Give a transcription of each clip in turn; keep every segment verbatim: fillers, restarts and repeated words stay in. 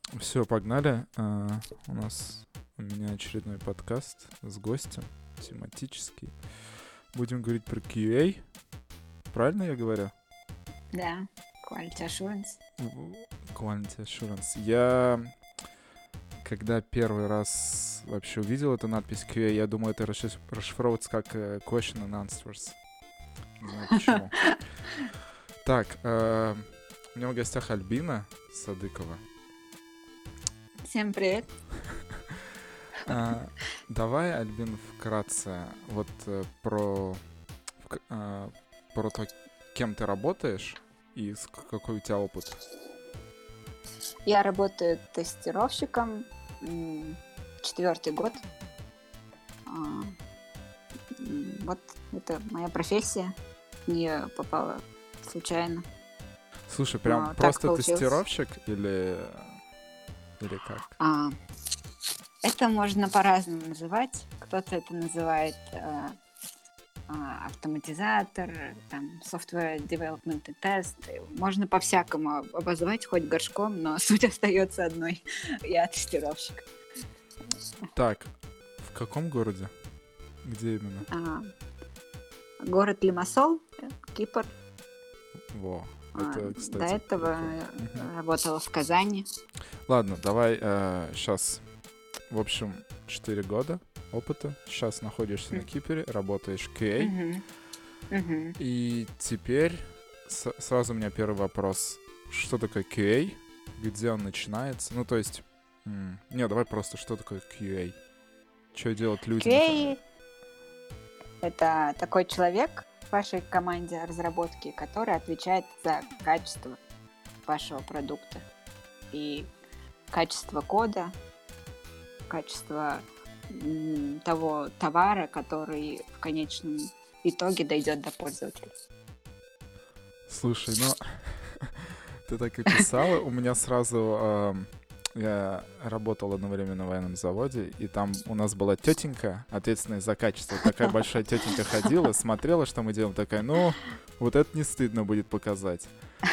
Все, погнали. А, у нас у меня очередной подкаст с гостем, тематический. Будем говорить про кью эй. Правильно я говорю? Да, Quality Assurance. Quality Assurance. Я, когда первый раз вообще увидел эту надпись кью эй, я думал, это расшиф- расшифровывается как э, Question and Answers. Не знаю почему. Так, э, у меня в гостях Альбина Садыкова. Всем привет. А, давай, Альбин, вкратце вот э, про, вк- а, про то, кем ты работаешь и с- какой у тебя опыт. Я работаю тестировщиком м, четвертый год. А, м, Вот это моя профессия. В нее попала случайно. Слушай, прям Но так просто получилось. тестировщик или, или как? А, Это можно по-разному называть. Кто-то это называет э, а, автоматизатор, там, software development и тест. Можно по-всякому об- обозвать, хоть горшком, но суть остается одной. Я тестировщик. Так, в каком городе? Где именно? А, Город Лимассол, э, Кипр. Во, А, это, До кстати, этого прикольно. Мгм. работала в Казани. Ладно, давай сейчас, в общем, четыре года опыта. Сейчас находишься на М. Кипре, работаешь кью эй. Мгм. Мгм. И теперь с- сразу у меня первый вопрос. Что такое кью эй? Где он начинается? Ну, то есть... м, Не, давай просто, что такое кью эй? Что делать людям? кью эй — это такой человек в вашей команде разработки, который отвечает за качество вашего продукта. И качество кода, качество м, того товара, который в конечном итоге дойдет до пользователя. Слушай, ну... Ты так и писала. У меня сразу... ам, Я работал одно время на военном заводе, и там у нас была тетенька, ответственная за качество. Такая большая тетенька ходила, смотрела, что мы делаем, такая, ну, вот это не стыдно будет показать.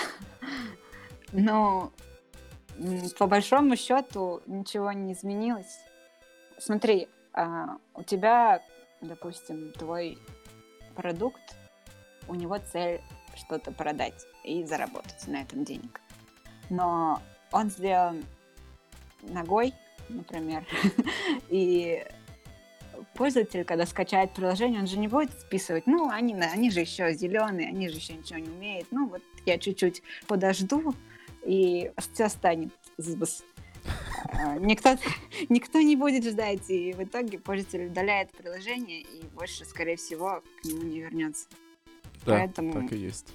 Но м, по большому счету ничего не изменилось. Смотри, а, у тебя, допустим, твой продукт, у него цель что-то продать и заработать на этом денег. Но он сделан ногой, например, и пользователь, когда скачает приложение, он же не будет списывать, ну, они, на- они же еще зеленые, они же еще ничего не умеют, ну, вот я чуть-чуть подожду, и все станет збыс. А, Никто, никто не будет ждать, и в итоге пользователь удаляет приложение и больше, скорее всего, к нему не вернется. Да, Поэтому так и есть.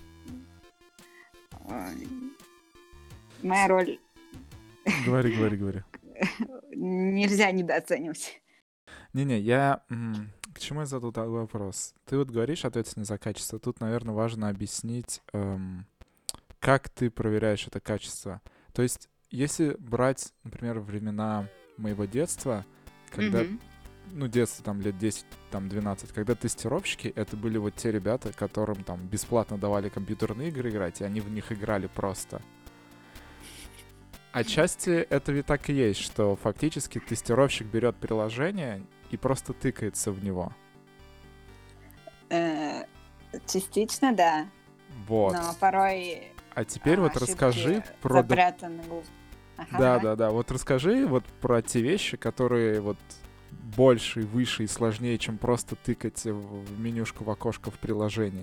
э, моя роль Говори, говори, говори. нельзя недооценивать. Не-не, я... м, К чему я задал такой вопрос? Ты вот говоришь ответственность за качество. Тут, наверное, важно объяснить, эм, как ты проверяешь это качество. То есть, если брать, например, времена моего детства, когда, Мгм. ну, детство там лет десять, там двенадцать, когда тестировщики, это были вот те ребята, которым там бесплатно давали компьютерные игры играть, и они в них играли просто. Отчасти это ведь так и есть, что фактически тестировщик берет приложение и просто тыкается в него. Э, Частично, да, Вот. но порой А теперь а, вот расскажи ошибки про... доп- запрятаны глубже. Ага, Да, давай. да, да. Вот расскажи вот про те вещи, которые вот больше, выше и сложнее, чем просто тыкать в в менюшку в окошко в приложении.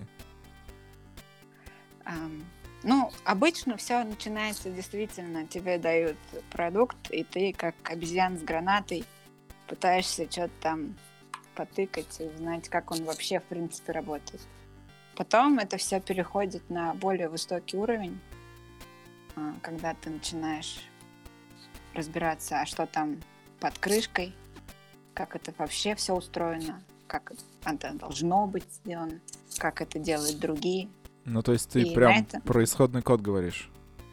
Ам, Ну, обычно все начинается действительно, тебе дают продукт, и ты как обезьян с гранатой пытаешься что-то там потыкать и узнать, как он вообще в принципе работает. Потом это все переходит на более высокий уровень, а, когда ты начинаешь разбираться, а что там под крышкой, как это вообще все устроено, как это должно быть сделано, как это делают другие. Ну, то есть ты И на прям это, про исходный код говоришь.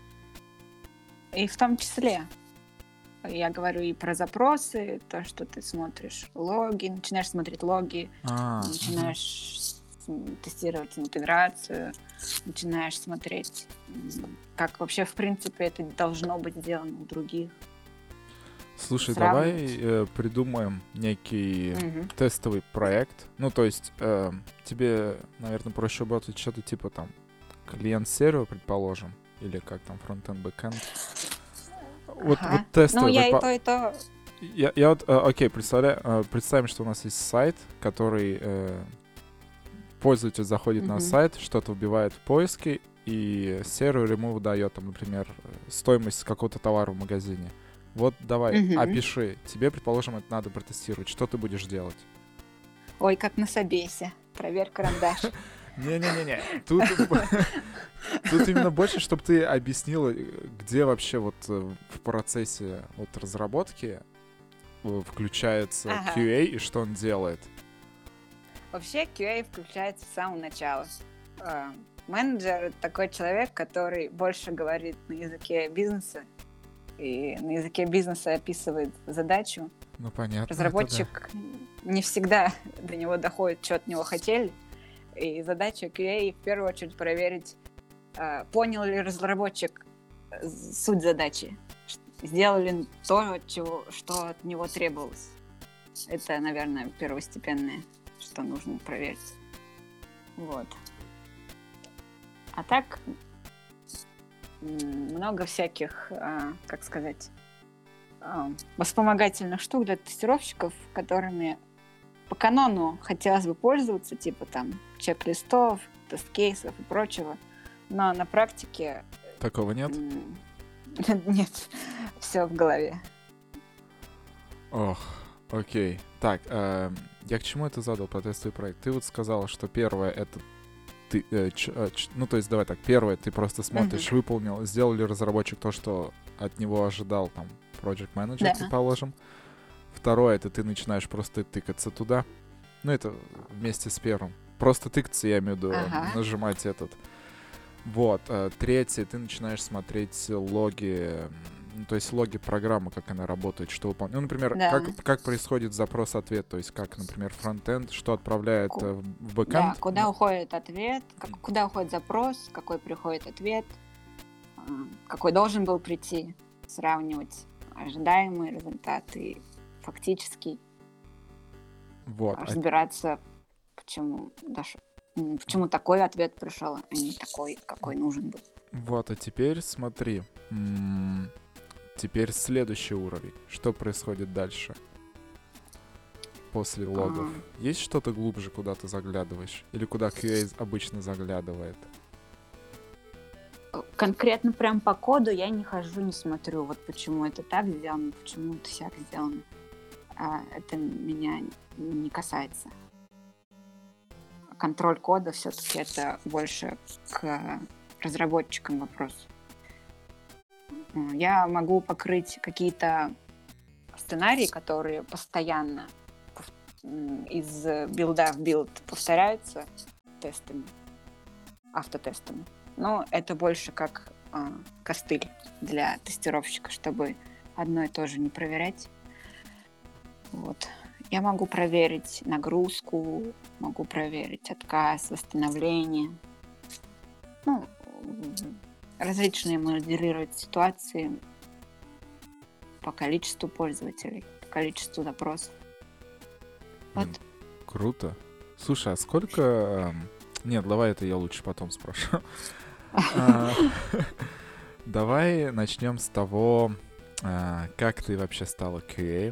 и в том числе, я говорю и про запросы, то, что ты смотришь логи, начинаешь смотреть логи, А, мгм. начинаешь с- тестировать интеграцию, начинаешь смотреть, м, как вообще в принципе это должно быть сделано у других. Слушай, давай сравнивать. э, придумаем некий Мгм. тестовый проект. Ну, то есть э, тебе, наверное, проще работать что-то типа там клиент-сервер, предположим, или как там фронтенд, бэкенд. Вот, вот Ага. Ну, тестовый. я и предпо- то, и то. Я, я вот, э, окей, представляю, э, представим, что у нас есть сайт, который э, пользователь заходит на Мгм. сайт, что-то вбивает в поиске, и сервер ему выдает, там, например, э, стоимость какого-то товара в магазине. Вот давай, Мгм. опиши. Тебе, предположим, это надо протестировать. Что ты будешь делать? Ой, как на собесе. Проверь карандаш. Не-не-не-не. Тут, тут именно больше, чтобы ты объяснила, э, где вообще вот э, в процессе вот разработки э, включается Ага. кью эй и что он делает. Вообще кью эй включается с самого начала. А, Менеджер — это такой человек, который больше говорит на языке бизнеса, и на языке бизнеса описывает задачу. Ну, понятно, это да. Разработчик не всегда до него доходит, что от него хотели, и задача кью эй в первую очередь проверить, а, понял ли разработчик э, суть задачи, ш- сделал ли он то, чего, что от него требовалось. Это, наверное, первостепенное, что нужно проверить. Вот. А так м, много всяких, а, как сказать, а, вспомогательных штук для тестировщиков, которыми по канону хотелось бы пользоваться, типа там чек-листов, тест-кейсов и прочего. Но на практике Такого нет? м, нет, все в голове. Ох, окей. Так, эм, я к чему это задал про тестовый проект? Ты вот сказала, что первое это ты, э, ч- э, ч- ну то есть давай так, первое ты просто смотришь, выполнил, сделал ли разработчик то, что от него ожидал там project manager, Да. предположим. Второе, это ты начинаешь просто тыкаться туда. Ну это вместе с первым. Просто тыкаться, я имею в виду, э, Ага. нажимать этот. Вот. э, Третье, ты начинаешь смотреть логи, м, ну, то есть логи программы, как она работает, что выполняет. Ну, например, Да. как, как происходит запрос-ответ, то есть как, например, фронтенд, что отправляет Ку- э, в в Да, бэкэнд. куда Ну, уходит ответ, как- куда уходит запрос, какой приходит ответ, а, какой должен был прийти, сравнивать ожидаемые результаты и фактический, вот. а- разбираться, почему, дош- м, почему такой ответ пришел, а не такой, какой нужен был. Вот, а теперь смотри. М, Теперь следующий уровень. Что происходит дальше? После логов. А, Есть что-то глубже, куда ты заглядываешь? Или куда кью эй обычно заглядывает? Конкретно прям по коду я не хожу, не смотрю, вот почему это так сделано, почему это сяк сделано. А, это меня не касается. Контроль кода все-таки это больше к разработчикам вопрос. М, Я могу покрыть какие-то сценарии, которые постоянно пов- м, из билда в билд повторяются тестами, автотестами. Но это больше как а, костыль для тестировщика, чтобы одно и то же не проверять. Вот. Я могу проверить нагрузку, могу проверить отказ, восстановление. Ну, м, различные моделировать ситуации по количеству пользователей, по количеству запросов. Вот. Блин, круто. Слушай, а сколько... эм, Нет, давай это я лучше потом спрошу. А, Давай начнем с того, а, как ты вообще стала кью эй.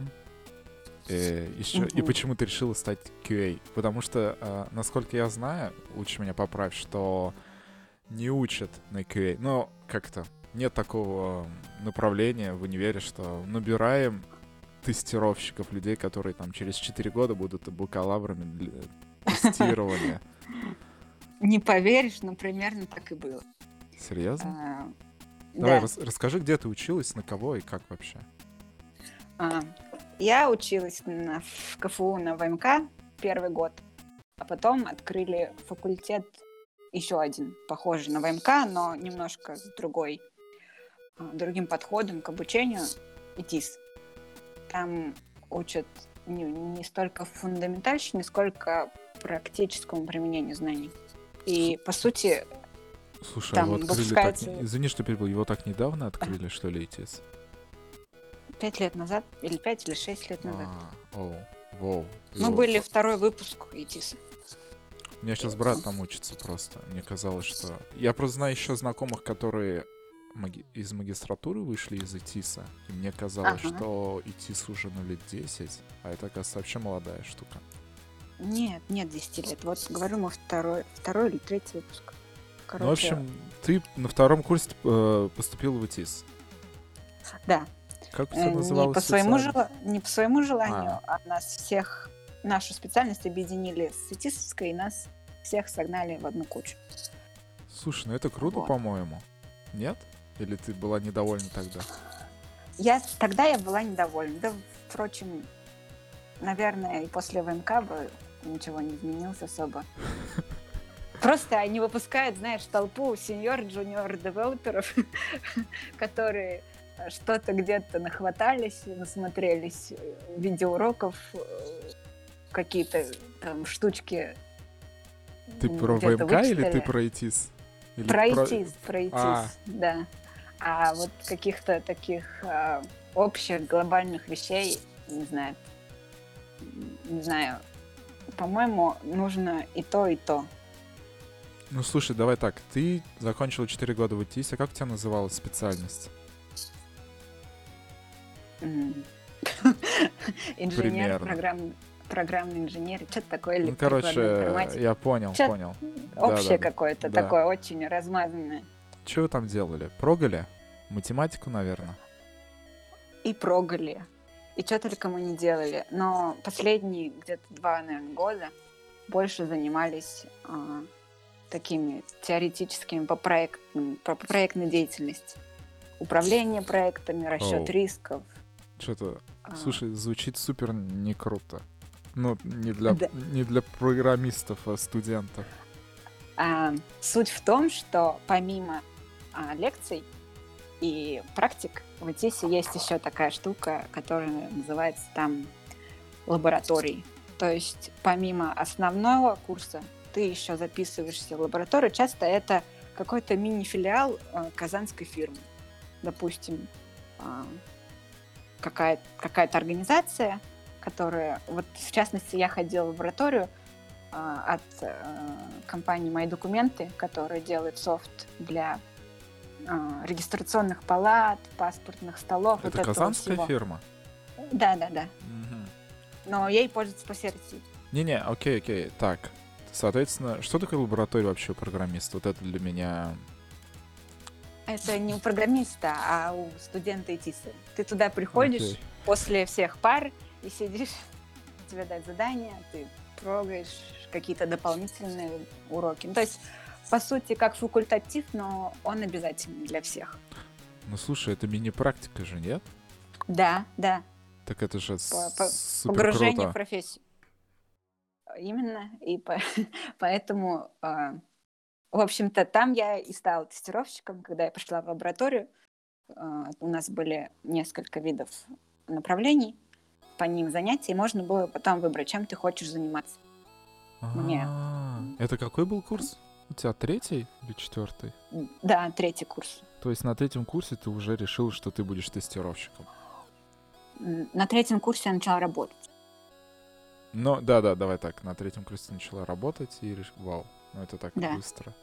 э, И, чё- и Мгм. почему ты решила стать кью эй. Потому что, а, насколько я знаю, лучше меня поправь, что не учат на кью эй. Но как-то нет такого направления в универе, что набираем тестировщиков, людей, которые там через четыре года будут бакалаврами для тестирования. Не поверишь, но примерно так и было. Серьезно? А, Давай, да. рас- расскажи, где ты училась, на кого и как вообще. А, я училась на, в КФУ на ВМК первый год, а потом открыли факультет еще один, похожий на ВМК, но немножко с другой, а, другим подходом к обучению, ИТИС. Там учат не, не столько фундаментальщине, сколько практическому применению знаний. И, по сути, Слушай, там его открыли так... выпускается... Извини, что перебил, его так недавно открыли, что ли, ИТИС? пять лет назад, или пять, или шесть лет назад. А, оу, воу. Мы Йо. были второй выпуск ИТИСа. У меня сейчас брат там учится просто. Мне казалось, что... Я просто знаю еще знакомых, которые маги- из магистратуры вышли из ИТИСа. И мне казалось, Ага. что ИТИС уже ну лет десять, а это, оказывается, вообще молодая штука. Нет, нет десяти лет. Вот говорю, мы второй, второй или третий выпуск. Короче, Ну, в общем, ты на втором курсе э, поступил в ИТИС. да. Как у Э, тебя Не называлась по своему, специальность? жела- не по своему желанию, А. а нас всех, нашу специальность объединили с ИТИСовской, и нас всех согнали в одну кучу. Слушай, ну это круто, Вот. по-моему. Нет? Или ты была недовольна тогда? Я, тогда я была недовольна. Да, впрочем, наверное, и после ВМК бы ничего не изменилось особо. Просто они выпускают, знаешь, толпу сеньор-джуниор девелоперов, которые что-то где-то нахватались, насмотрелись видеоуроков, э, какие-то там штучки Ты м, про где-то ВМК или ты вычитали. про ИТИС? Или Пройтись, пройтись, А. да. А вот каких-то таких а, общих глобальных вещей, не знаю, м, не знаю, по-моему, нужно и то, и то. Ну, слушай, давай так. Ты закончила четыре года в ИТИСе. Как у тебя называлась специальность? М. Инженер, Примерно. программ- программный инженер, что-то такое, или Ну, прикладная короче, информатика. я понял, Чё- понял. Общее да. какое-то, Да. такое очень размазанное. Что вы там делали? Прогали? Математику, наверное? И прогали, и что только мы не делали. Но последние где-то два, наверное, года больше занимались а, такими теоретическими по проектным, по проектной деятельности. Управление проектами, расчет Оу. рисков. Что-то, а, слушай, звучит супер не круто. Ну, не для, Да. не для программистов, а студентов. а, Суть в том, что помимо а, лекций и практик в ИТИСе есть еще такая штука, которая называется там лабораторией. То есть помимо основного курса ты еще записываешься в лабораторию. Часто это какой-то мини-филиал э, казанской фирмы. Допустим, э, какая- какая-то организация, которая... Вот в частности я ходила в лабораторию э, от э, компании «Мои документы», которая делает софт для э, регистрационных палат, паспортных столов. вот Это этого казанская всего. фирма? Да, да, да. Мгм. Но ей пользуются по всей России. Не-не, окей, окей. Так, соответственно, что такое лаборатория вообще у программиста? Вот это для меня... Это не у программиста, а у студента ИТИСа. Ты туда приходишь Окей. после всех пар и сидишь, тебе дают задания, ты прогаешь какие-то дополнительные уроки. Ну, то есть, по сути, как факультатив, но он обязательный для всех. Ну, слушай, это мини-практика же, нет? Да, да, Так это же По- по- супер погружение в круто. профессию. Именно, и по- поэтому, а, в общем-то, там я и стала тестировщиком, когда я пришла в лабораторию. А, У нас были несколько видов направлений, по ним занятий, и можно было потом выбрать, чем ты хочешь заниматься. Мне. А, это какой был курс? У тебя третий или четвертый? Да, третий курс. То есть на третьем курсе ты уже решил, что ты будешь тестировщиком? М, На третьем курсе я начала работать. Ну, да-да, давай так. На третьем курсе ты начала работать и решил... Вау, ну это так Да. быстро.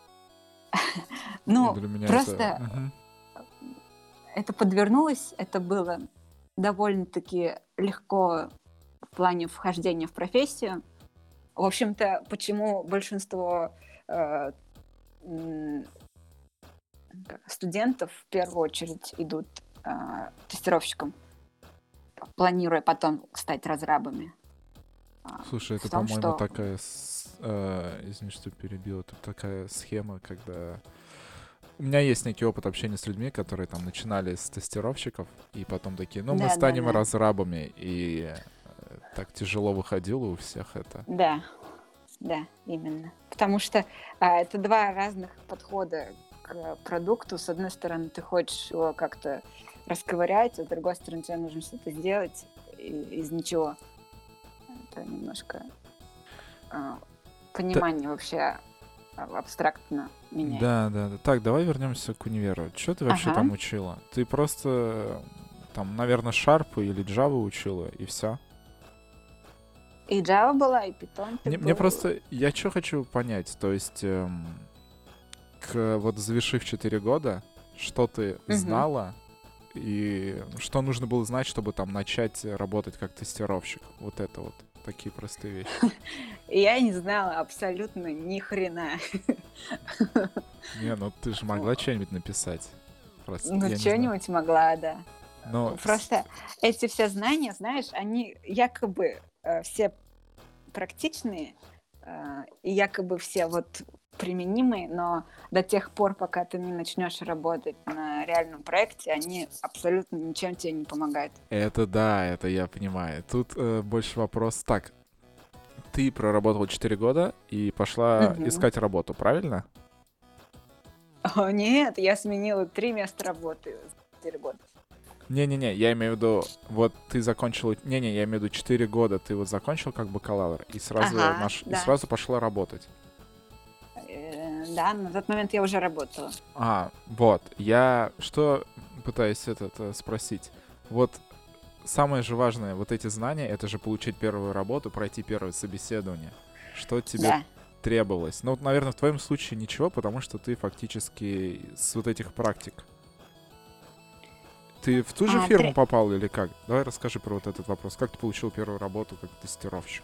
Ну, Для меня просто это... Мгм. это подвернулось, это было довольно-таки легко в плане вхождения в профессию. В общем-то, почему большинство э, м, как, студентов в первую очередь идут э, тестировщиком, планируя потом стать разрабами. А, Слушай, в это, том, по-моему, что- такая... с- э, Извини, что перебил. Это такая схема, когда... У меня есть некий опыт общения с людьми, которые там начинали с тестировщиков, и потом такие, ну, мы Да, да, станем да. разрабами. И э, так тяжело выходило у всех это. Да, да, именно. Потому что а, это два разных подхода к продукту. С одной стороны, ты хочешь его как-то расковырять, а с другой стороны, тебе нужно что-то сделать и- из ничего. Это немножко а, понимание вообще а, абстрактно меняет. Да, да, да. Так, давай вернемся к универу. Что ты вообще Ага. там учила? Ты просто э, там, наверное, Sharp или Java учила, и все. И Java была, и Python ты Мне, мне был. просто, я что хочу понять, то есть, эм, к, вот завершив четыре года, что ты Мгм. знала, и что нужно было знать, чтобы там начать работать как тестировщик? Вот это вот, такие простые вещи. И я не знала абсолютно ни хрена. Не, ну ты же могла что-нибудь написать. Просто, Ну, я не знаю. что-нибудь могла, да. Но с- Просто эти все знания, знаешь, они якобы э, все практичные, э, и якобы все вот применимые, но до тех пор, пока ты не начнешь работать на реальном проекте, они абсолютно ничем тебе не помогают. это да, это я понимаю. Тут э, больше вопрос. Так, ты проработала четыре года и пошла Мгм. искать работу, правильно? О, нет, я сменила три места работы за четыре года. Не-не-не, я имею в виду, вот ты закончила... Не-не, я имею в виду четыре года ты вот закончил как бакалавр и сразу, Ага, наш... и да. сразу пошла работать. Э, Да, на тот момент я уже работала. А, вот, я что пытаюсь этот э, спросить. Вот самое же важное, вот эти знания, это же получить первую работу, пройти первое собеседование. Что тебе Да. требовалось? Ну, вот, наверное, в твоем случае ничего, потому что ты фактически с вот этих практик. Ты в ту же А, фирму тре- попал или как? Давай расскажи про вот этот вопрос. Как ты получил первую работу как тестировщик?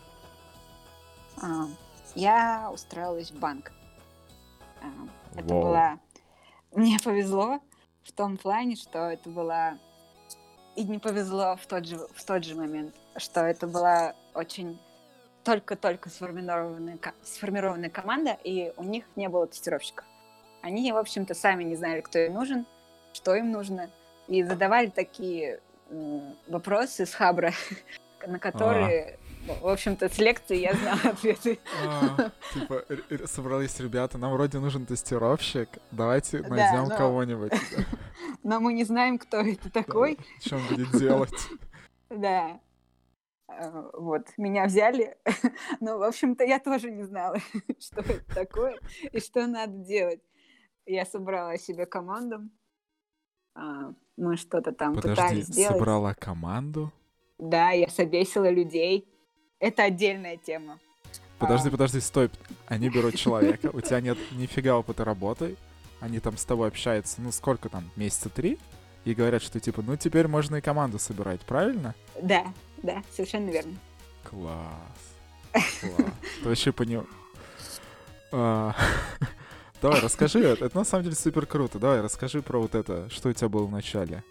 а, Я устроилась в банк. А, Это Вау. была... Мне повезло в том плане, что это была... И не повезло в тот же, в тот же момент, что это была очень только-только сформированная, ко- сформированная команда, и у них не было тестировщиков. Они, в общем-то, сами не знали, кто им нужен, что им нужно, и задавали такие м, вопросы с Хабра, на которые, ну, в общем-то, с лекции я знала ответы. А, Типа, р- р- собрались ребята, нам вроде нужен тестировщик, давайте Да, найдем но- кого-нибудь. Но мы не знаем, кто это такой. Что он будет делать? Да. Э, Вот, меня взяли. Но, в общем-то, я тоже не знала, что это такое и что надо делать. Я собрала себе команду. а, Мы что-то там Подожди, пытались сделать. собрала команду? Да, я собесила людей. Это отдельная тема. Подожди, А, подожди, стой. Они берут человека, у тебя нет нифига опыта работы, они там с тобой общаются, ну сколько там, месяца три? И говорят, что типа, ну теперь можно и команду собирать, правильно? Да, да, совершенно верно. Класс. Класс. Ты вообще понял. А, Давай, расскажи, это, это на самом деле супер круто. Давай, расскажи про вот это, что у тебя было в начале.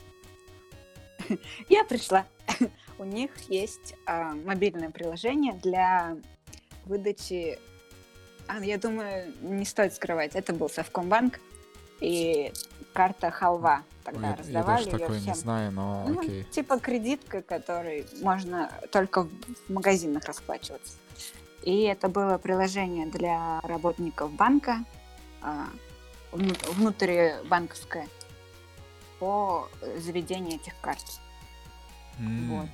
Я пришла. У них есть а, мобильное приложение для выдачи... А, я думаю, не стоит скрывать. Это был Совкомбанк и карта Халва. Тогда Ой, я, я раздавали даже ее такое не всем. знаю, но Ну, окей. типа кредитка, которой можно только в в магазинах расплачиваться. И это было приложение для работников банка, а, вну- внутрибанковское, по э, заведению этих карт. М, Вот.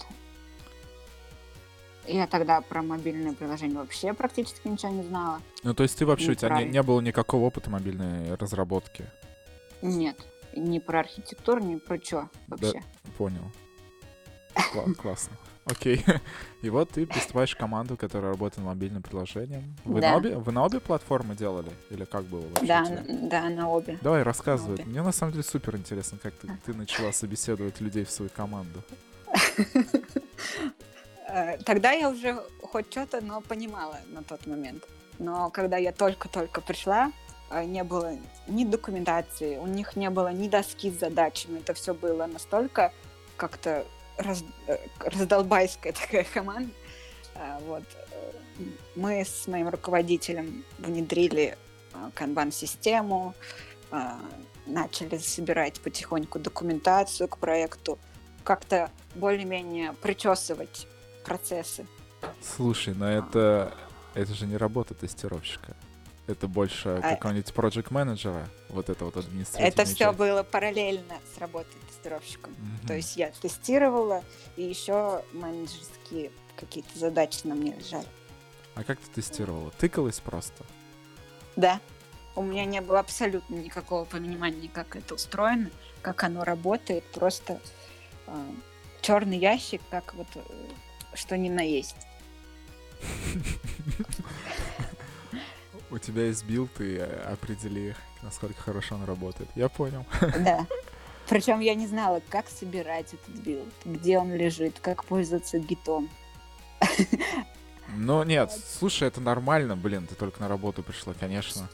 Я тогда про мобильное приложение вообще практически ничего не знала. Ну, то есть ты вообще, Не у тебя не, правильно. не было никакого опыта мобильной разработки? Нет, ни про архитектуру, ни про что вообще. Понял. Кла- классно. Окей. И вот ты приступаешь к команду, которая работает над мобильным приложением. Вы, Да. на обе, вы на обе платформы делали? Или как было вообще? Да, у тебя? н- да, на обе. Давай, рассказывай. обе. Мне на самом деле супер интересно, как ты, ты начала собеседовать людей в свою команду. Э, Тогда я уже хоть что-то, но понимала на тот момент. Но когда я только-только пришла, э, не было ни документации, у них не было ни доски с задачами. Это все было настолько как-то раз- э, раздолбайская такая команда. А, Вот. э, Мы с моим руководителем внедрили э, канбан-систему, э, начали собирать потихоньку документацию к проекту, как-то более-менее причесывать процессы. Слушай, но это, это же не работа тестировщика. Это больше А- какого-нибудь проект менеджера вот это вот административная Это все часть. было параллельно с работой тестировщиком. Мгм. То есть я тестировала, и еще менеджерские какие-то задачи на мне лежали. А как ты тестировала? Тыкалась просто? Да, у меня не было абсолютно никакого понимания, как это устроено, как оно работает. Просто черный ящик, как вот э, что ни на есть. У тебя есть билд, и э, определи, насколько хорошо он работает. Я понял. Да. Причем я не знала, как собирать этот билд, где он лежит, как пользоваться гитом. Ну, нет, слушай, это нормально, блин, ты только на работу пришла, конечно.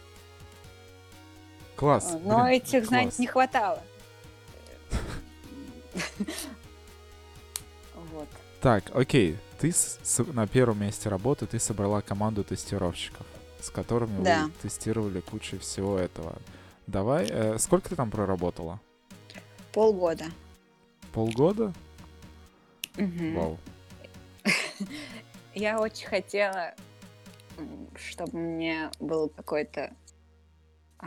Класс, Но блин, этих знаний класс. не хватало. Вот. Так, окей, ты с- с- на первом месте работы ты собрала команду тестировщиков, с которыми Да. вы тестировали кучу всего этого. Давай, э, сколько ты там проработала? Полгода. Полгода? Мгм. Вау. Я очень хотела, м, чтобы мне было какое-то а,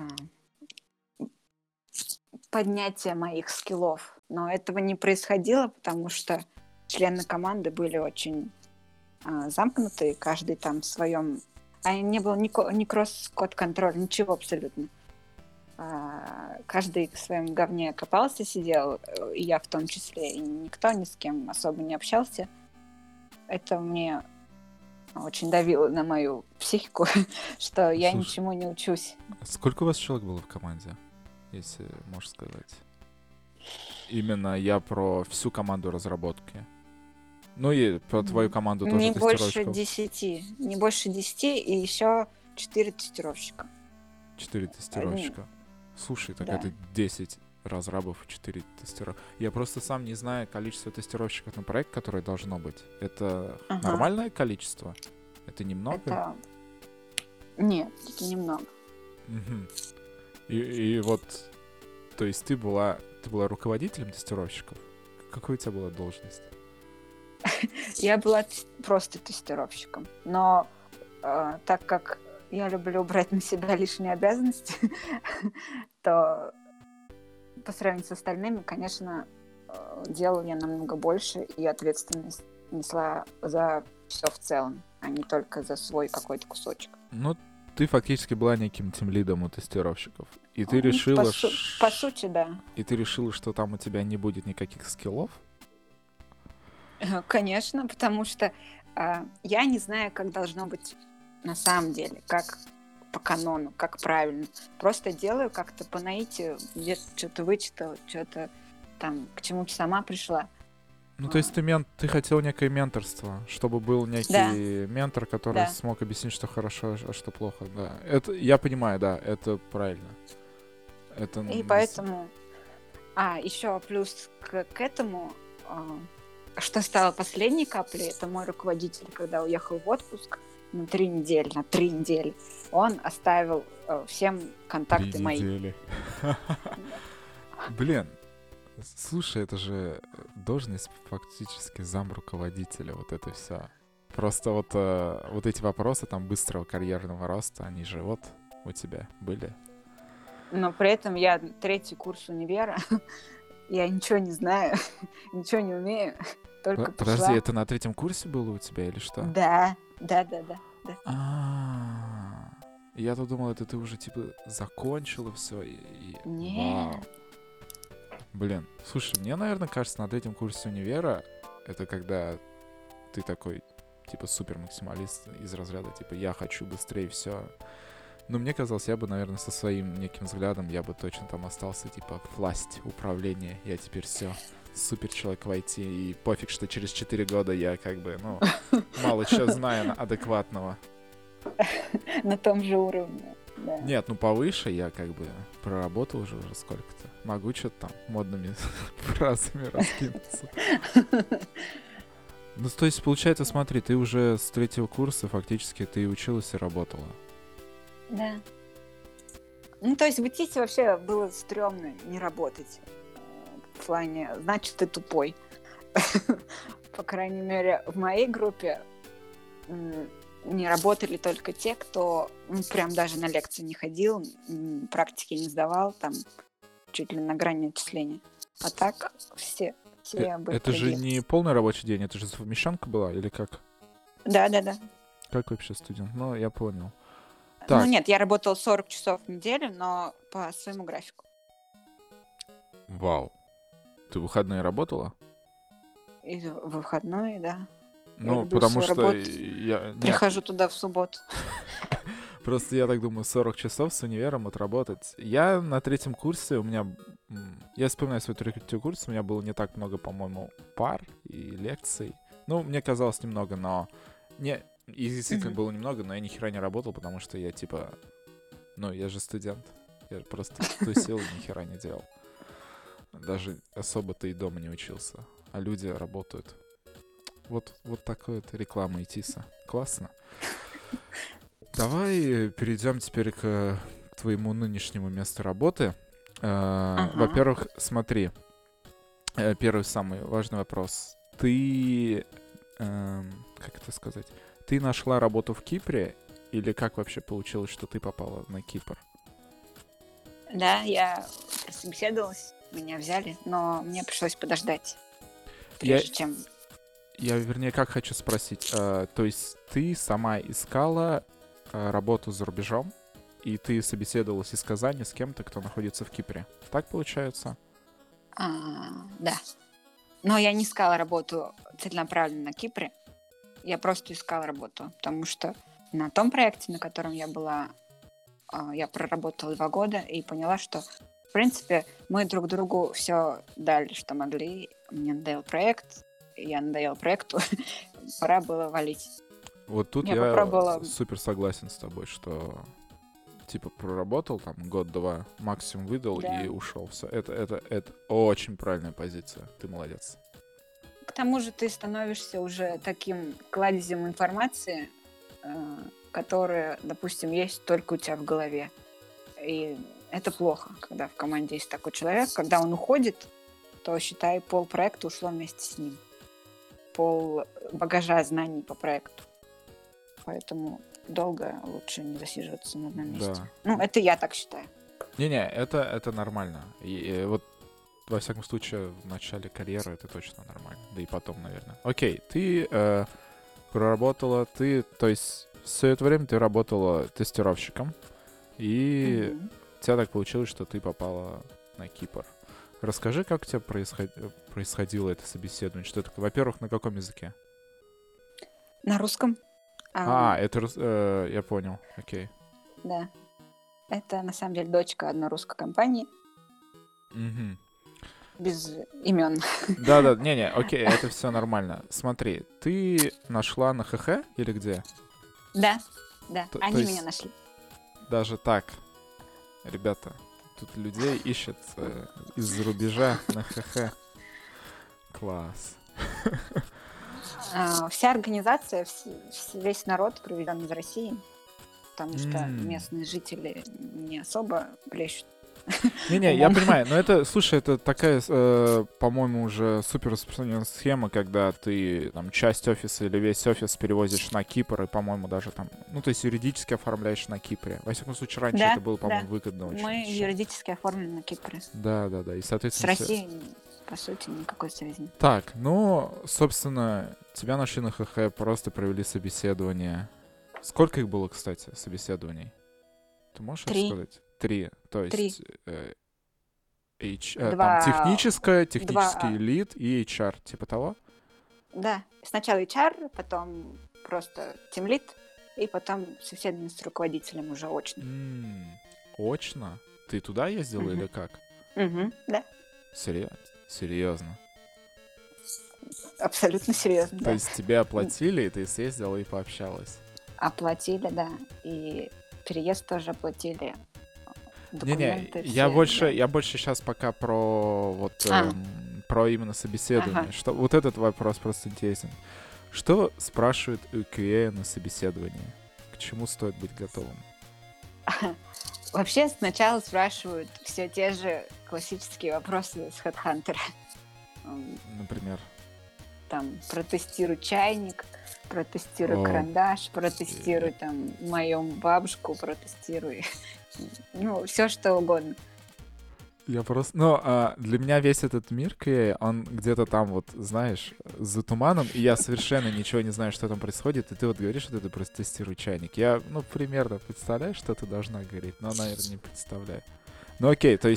поднятие моих скиллов. Но этого не происходило, потому что члены команды были очень а, замкнутые, каждый там в своем... А не было ни, ко- ни кросс-код-контроль, ничего абсолютно. А, каждый в своем говне копался, сидел, э, и я в том числе, и никто ни с кем особо не общался. Это мне очень давило на мою психику, что я Слушай, ничему не учусь. сколько у вас человек было в команде, если можешь сказать? Именно я про всю команду разработки. Ну и про твою Мгм. команду тоже Не больше тестировщиков. десяти. Не больше десяти и еще четыре тестировщика. Четыре тестировщика. Слушай, так Да. это десять разрабов и четыре тестировщика. Я просто сам не знаю количество тестировщиков на проект, которое должно быть. Это Ага. нормальное количество? Это немного? Это... Нет, это немного. Мгм. И, и вот, то есть ты была, ты была руководителем тестировщиков? Какая у тебя была должность? Я была т- просто тестировщиком. Но э, так как я люблю брать на себя лишние обязанности, то по сравнению с остальными, конечно, э, делала я намного больше, и ответственность несла за все в целом, а не только за свой какой-то кусочек. Ну, ты фактически была неким тимлидом у тестировщиков. И ты Ну, решила, по, су- ш- по сути, да. и ты решила, что там у тебя не будет никаких скиллов? Конечно, потому что а, я не знаю, как должно быть на самом деле, как по канону, как правильно. Просто делаю как-то по наитию, где-то что-то вычитала, что-то там к чему-то сама пришла. Ну, то есть ты, мен... ты хотел некое менторство, чтобы был некий Да. ментор, который Да. смог объяснить, что хорошо, а что плохо. Да. Это, я понимаю, да, это правильно. Это... И м, поэтому... А, еще плюс к, к этому, а, что стало последней каплей, это мой руководитель, когда уехал в отпуск на три недели, на три недели, он оставил э, всем контакты Три мои. недели. Блин, слушай, это же должность фактически зам руководителя, вот это все. Просто вот, э, вот эти вопросы там быстрого карьерного роста, они же вот у тебя были. Но при этом я третий курс универа, я ничего не знаю, ничего не умею, только П- Подожди, пришла. это на третьем курсе было у тебя или что? Да, да, да, да. да. А, я тут думал, это ты уже типа закончила все. И... Не. Вау. Блин, слушай, мне, наверное, кажется, на третьем курсе универа это когда ты такой, типа, супер максималист из разряда, типа, я хочу быстрее все. Но мне казалось, я бы, наверное, со своим неким взглядом, я бы точно там остался, типа, власть, управление, я теперь все супер человек в ай ти, и пофиг, что через четыре года я как бы, ну, мало чего знаю на- адекватного. На том же уровне. Да. Нет, ну повыше я как бы проработал уже уже сколько-то. Могу что-то там модными фразами раскинуться. Ну, то есть, получается, смотри, ты уже с третьего курса фактически ты училась и работала. Да. Ну, то есть в ИТИСе вообще было стрёмно не работать. э, В плане, значит, ты тупой. По крайней мере, в моей группе м, не работали только те, кто ну, прям даже на лекции не ходил, м, практики не сдавал, там чуть ли на грани отчисления. А так все, все Э, быстрые. Это же не полный рабочий день, это же совмещенка была или как? Да, да, да. Как вообще студент? Ну, я понял. Ну Так, нет, я работала сорок часов в неделю, но по своему графику. вау. Ты в выходные работала? И в выходной, да. Я Ну, люблю потому свою что работу. я... Нет, Прихожу туда в субботу. просто я так думаю, сорок часов с универом отработать. Я на третьем курсе, у меня... м, Я вспоминаю свой третий курс, у меня было не так много, по-моему, пар и лекций. Ну, мне казалось немного, но... Не, и действительно Мгм. было немного, но я ни хера не работал, потому что я типа... Ну, я же студент. Я просто тусил и ни хера не делал. Даже особо-то и дома не учился. А люди работают. Вот, вот такой вот реклама ИТИСа. Классно. Давай перейдем теперь к, э, к твоему нынешнему месту работы. Э, Ага. Во-первых, смотри. э, Первый самый важный вопрос. Ты, эм, как это сказать? Ты нашла работу в Кипре? Или как вообще получилось, что ты попала на Кипр? Да, я собеседовалась, меня взяли, но мне пришлось подождать, Я, прежде чем... я вернее, как хочу спросить. э, То есть ты сама искала э, работу за рубежом, и ты собеседовалась из Казани с кем-то, кто находится в Кипре. Так получается? А, да. Но я не искала работу целенаправленно на Кипре. Я просто искала работу, потому что на том проекте, на котором я была, а, я проработала два года и поняла, что, в принципе, мы друг другу все дали, что могли. Мне надоел проект, я надоела проекту, пора было валить. Вот тут Я я попробовала... супер согласен с тобой, что типа проработал там год-два, максимум выдал Да. и ушел. Все. Это, это, это очень правильная позиция. Ты молодец. К тому же ты становишься уже таким кладезем информации, э, которая, допустим, есть только у тебя в голове. И это плохо, когда в команде есть такой человек. Когда он уходит, то, считай, пол проекта ушло вместе с ним. Пол багажа знаний по проекту. Поэтому долго лучше не засиживаться на одном месте. Да. Ну, это я так считаю. Не-не, это, это нормально. И, и вот, во всяком случае, в начале карьеры это точно нормально. Да и потом, наверное. Окей, ты э, проработала, ты, то есть, все это время ты работала тестировщиком, и Мгм. у тебя так получилось, что ты попала на Кипр. Расскажи, как у тебя происход... происходило это собеседование? Что такое? Во-первых, на каком языке? На русском. А, это рус- э, я понял. Окей. Да. Это, на самом деле, дочка одной русской компании, Мгм. без имен. Да-да, не-не, окей, это все нормально. Смотри, ты нашла на ХХ или где? Да, да, То- то они есть- меня нашли. Даже так. Ребята, тут людей ищет э, из-за рубежа на ХХ. Класс. А, Вся организация, вс- вс- весь народ привезен из России, потому что М. местные жители не особо плещут. Не-не, я Умом. понимаю, но это, слушай, это такая, э, по-моему, уже супер распространенная схема, когда ты там часть офиса или весь офис перевозишь на Кипр и, по-моему, даже там, ну, то есть юридически оформляешь на Кипре. Во всяком случае, раньше Да, это было, по-моему, да. выгодно очень. Мы Щас- юридически оформлены на Кипре. Да, да, да. И, С соответственно, всё- Россией, по сути, никакой связи нет. Так, ну, собственно, тебя нашли на ХХ, просто провели собеседование. Сколько их было, кстати, собеседований? Ты можешь Три. рассказать? Три. То Три. есть э, H- э, там Два- техническое, технический два- лид и эйч ар, типа того? Да, сначала эйч ар, потом просто тимлид, и потом собеседование с руководителем уже очно. М, Очно? Ты туда ездила Мгм. или как? Мгм, да, Серьезно? Серьезно? абсолютно серьезно, То да. есть тебе оплатили, и ты съездила и пообщалась? Оплатили, да, и переезд тоже оплатили. Не-не, Документы я все, больше, да. я больше сейчас пока про вот А. эм, про именно собеседование. Ага. Что вот этот вопрос просто интересен. Что спрашивают у кью эй на собеседовании? К чему стоит быть готовым? Вообще сначала спрашивают все те же классические вопросы с HeadHunter. М, Например. Там протестируй чайник, протестируй О. карандаш, протестируй там мою бабушку, протестируй. Ну, все что угодно. Я просто... Ну, а, для меня весь этот мир кью эй, он где-то там вот, знаешь, за туманом, и я совершенно ничего не знаю, что там происходит, и ты вот говоришь, что ты просто тестируй чайник. Я, ну, примерно представляю, что ты должна говорить, но, наверное, не представляю. Ну, окей, то есть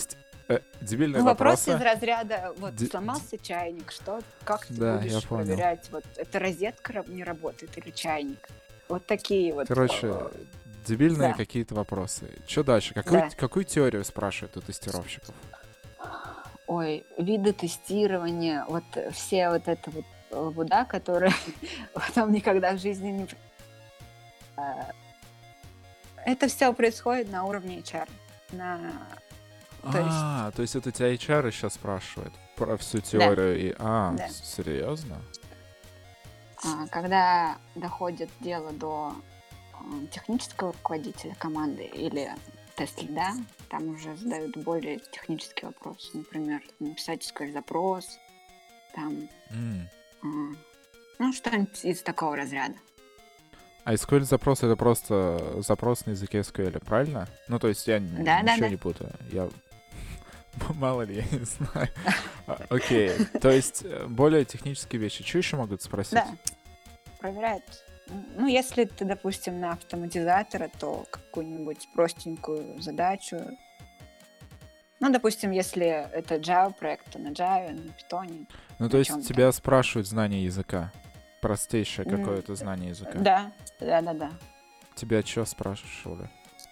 Э, дебильные Ну, вопрос из вопросы. разряда, вот, Ди- сломался чайник, что, как ты Да, я будешь понял. проверять, вот, это розетка раб- не работает или чайник? Вот такие вот, Короче, э, дебильные да, какие-то вопросы. Что дальше? Какую, да. какую теорию спрашивают у тестировщиков? Ой, виды тестирования, вот э, все вот это вот э, лабуда, которая потом никогда в жизни не... э, Это все происходит на уровне эйч ар. На... То есть, А, то есть это тебя эйч ар сейчас спрашивает про всю да, теорию и... А, да. серьезно? А, Когда доходит дело до э, технического руководителя команды или тест-лида, там уже задают более технический вопрос. Например, написать эс ку эль-запрос, там, М. э, ну, что-нибудь из такого разряда. А эс ку эль-запрос — это просто запрос на языке эс ку эль, правильно? Ну, то есть я н- Да, да, ничего да. не путаю. Я... Мало ли, я не знаю. А, Окей, то есть э, более технические вещи. Что еще могут спросить? Да, проверяют. М, Ну, если ты, допустим, на автоматизатора, то какую-нибудь простенькую задачу. Ну, допустим, если это Java проект, то на Java, на Python, Ну, то на есть чем-то. тебя спрашивают знание языка. Простейшее М, какое-то знание языка. Да, да, да, да. Тебя что спрашивали?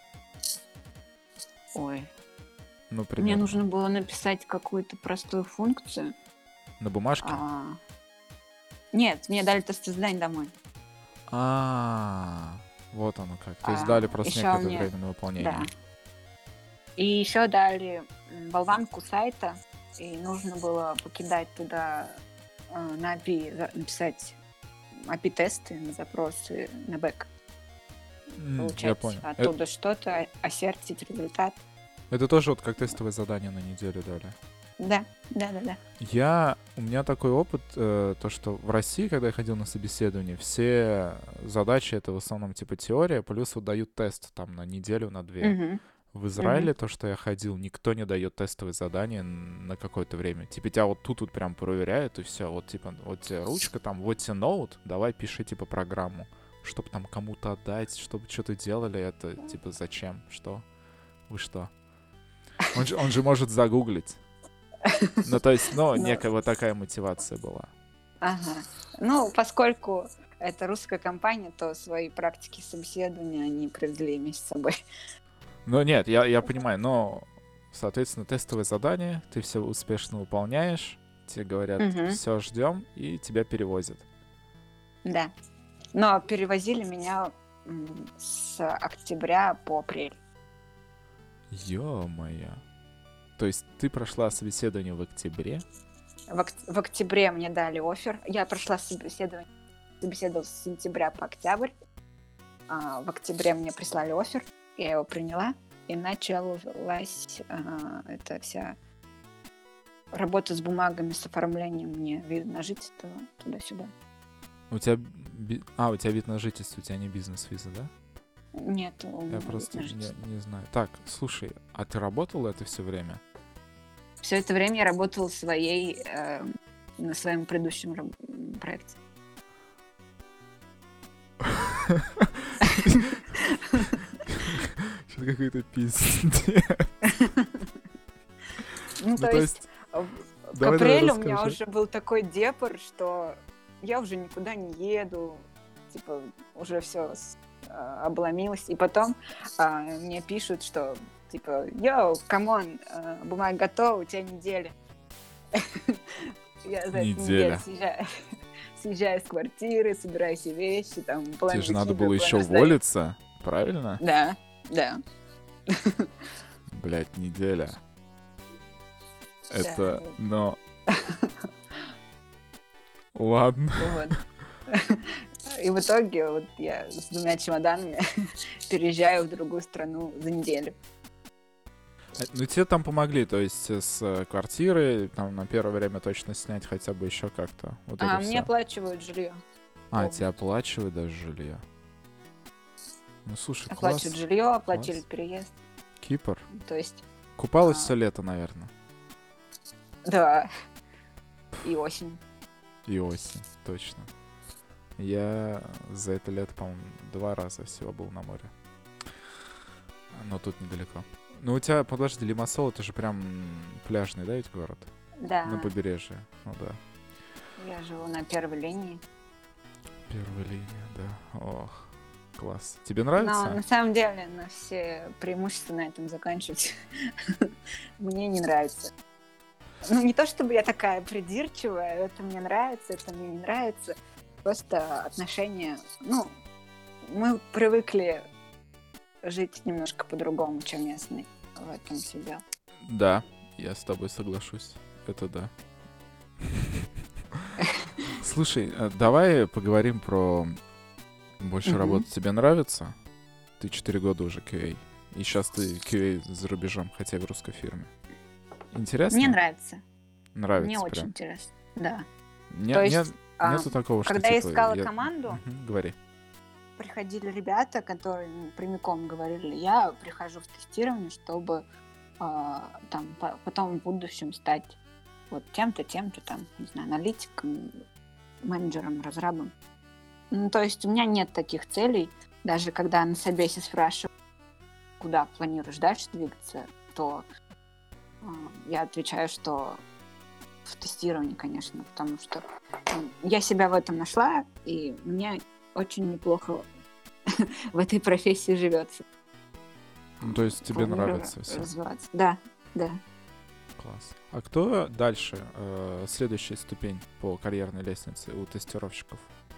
Ой, Ну, мне примерно. нужно было написать какую-то простую функцию. На бумажке? А, Нет, мне дали тест-задание домой. А, вот оно как. То есть А, дали просто еще некоторое мне, время на да. выполнение. И еще дали м, болванку сайта, и нужно было покидать туда э, на эй пи ай, за- написать эй пи ай-тесты на запросы на бэк, М, Я получать понял. Э, оттуда что-то, осертить результат. Это тоже вот как тестовое задание на неделю дали. Да, да, да, да. Я, у меня такой опыт, э, то что в России, когда я ходил на собеседование, все задачи — это в основном типа теория, плюс вот дают тест там на неделю, на две. Мгм, В Израиле, то, что я ходил, никто не дает тестовые задания н- на какое-то время. Типа тебя вот тут вот прям проверяют, и все. Вот типа, вот тебе ручка там, вот тебе ноут, давай пиши типа программу, чтобы там кому-то отдать, чтобы что-то делали. Это типа зачем? Что? Вы что? Он же, он же может загуглить. Ну, то есть, ну, Ну, некая вот такая мотивация была. ага. Ну, поскольку это русская компания, то свои практики собеседования они привезли вместе с собой. Ну, нет, я, я понимаю, но, соответственно, тестовое задание, ты все успешно выполняешь, тебе говорят, Мгм, все, ждем, и тебя перевозят. да. Но перевозили меня м, с октября по апрель. Ё-моё. То есть ты прошла собеседование в октябре? В, ок- в октябре мне дали оффер. Я прошла собеседование, собеседовала с сентября по октябрь. А, в октябре мне прислали оффер, я его приняла, и началась а, эта вся работа с бумагами, с оформлением мне вида на жительство туда-сюда. У тебя... би- А, у тебя вид на жительство, у тебя не бизнес-виза, да? Нет, у меня Я вид просто на не, жительство. не знаю. Так, слушай, а ты работала это все время? Все это время я работала своей, э, на своем предыдущем раб- м, проекте. Что-то какой-то пиздец. Ну, Ну, то то есть есть, в к давай, давай, апрелю у меня расскажи. уже был такой депор, что я уже никуда не еду, типа уже все обломилось. И потом а, мне пишут, что типа, йоу, камон, а, бумага готова, у тебя неделя. Я за эту неделю Неделя. съезжаю, съезжаю с квартиры, собираю все вещи, там, план Тебе же надо выкидываю, было план еще раздаю. уволиться, правильно? Да, да, Блять, неделя. да, Это, но... Ладно. вот. И в итоге вот я с двумя чемоданами переезжаю в другую страну за неделю. А, Ну, тебе там помогли, то есть э, с э, квартиры, там на первое время точно снять хотя бы еще как-то. Вот А это мне все. оплачивают жилье. А, полностью. тебе оплачивают даже жилье. Ну, слушай, Оплачивают класс. жилье, оплатили класс. переезд. Кипр. То есть, Купалась А. все лето, наверное. да, и осень. И осень, точно. Я за это лето, по-моему, два раза всего был на море. Но тут недалеко. Ну, у тебя, подожди, Лимассол, это же прям пляжный, да, ведь город? Да, На побережье. Ну да. я живу на первой линии. Первая линия, да. Ох, класс. Тебе Но нравится? на самом деле на все преимущества на этом заканчивать мне не нравится. Ну, не то чтобы я такая придирчивая, это мне нравится, это мне не нравится. Просто отношения, ну, мы привыкли жить немножко по-другому, чем местные. В этом все дело. Да, я с тобой соглашусь. Это да. Слушай, э, давай поговорим про больше Мгм. работы. Тебе нравится? Ты четыре года уже кью эй. И сейчас ты кью эй за рубежом, хотя в русской фирме. Интересно? Мне нравится. Нравится Мне прям. очень интересно. Да. Не- То не- есть, а, нету такого, что когда я типа, искала я- команду, Мгм, говори. приходили ребята, которые ну, прямиком говорили, я прихожу в тестирование, чтобы а, там по- потом в будущем стать вот тем-то, тем-то, там, не знаю, аналитиком, менеджером, разрабом. Ну, то есть у меня нет таких целей. Даже когда на собесе спрашивают, куда планируешь дальше двигаться, то а, я отвечаю, что в тестировании, конечно, потому что м, я себя в этом нашла, и мне очень неплохо в этой профессии живется. Ну, то есть тебе Планирую нравится все. развиваться. Да, да. Класс. А кто дальше? э, следующая ступень по карьерной лестнице у тестировщиков?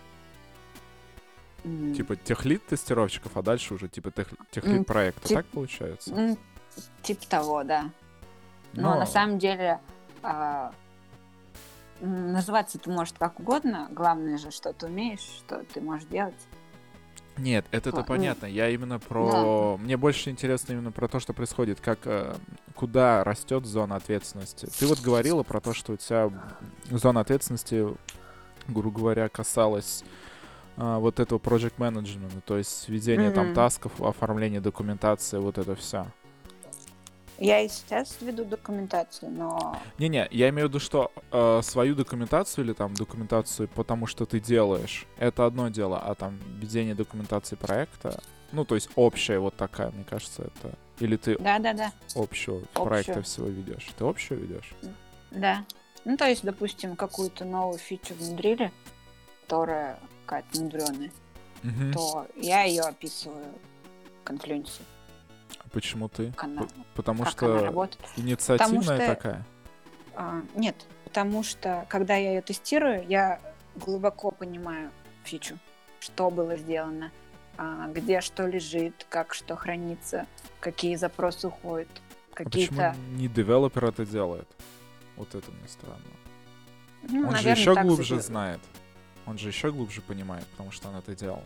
М, Типа техлид тестировщиков, а дальше уже типа тех, М, техлид проекта. тип- Так получается? м, Типа того, да. Но Но на самом деле а, м, называться ты можешь как угодно. Главное же, что ты умеешь, что ты можешь делать. нет, это-то Ладно. понятно. Я именно про... Мне больше интересно именно про то, что происходит, как э, куда растет зона ответственности. Ты вот говорила про то, что у тебя зона ответственности, грубо говоря, касалась а, вот этого project management, то есть ведения там Мгм. тасков, оформления документации, вот это все. Я и сейчас веду документацию, но Не-не, я имею в виду, что э, свою документацию или там документацию, потому что ты делаешь, это одно дело, а там ведение документации проекта, ну, то есть общая вот такая, мне кажется, это... Или ты да-да-да, общего Общую. проекта всего ведешь? Ты общего ведешь? да. Ну, то есть, допустим, какую-то новую фичу внедрили, которая какая-то мудреная, Мгм. то я ее описываю в конфлюенсе, Почему ты? как она, П- Потому как она что работает. инициативная Потому что- такая? А, нет, потому что, когда я ее тестирую, я глубоко понимаю фичу, что было сделано, а, где что лежит, как что хранится, какие запросы уходят, А почему какие-то... не девелопер это делает? Вот это мне странно. Ну, Он же наверное, еще так глубже заде- знает. Он же еще глубже понимает, потому что он это делал.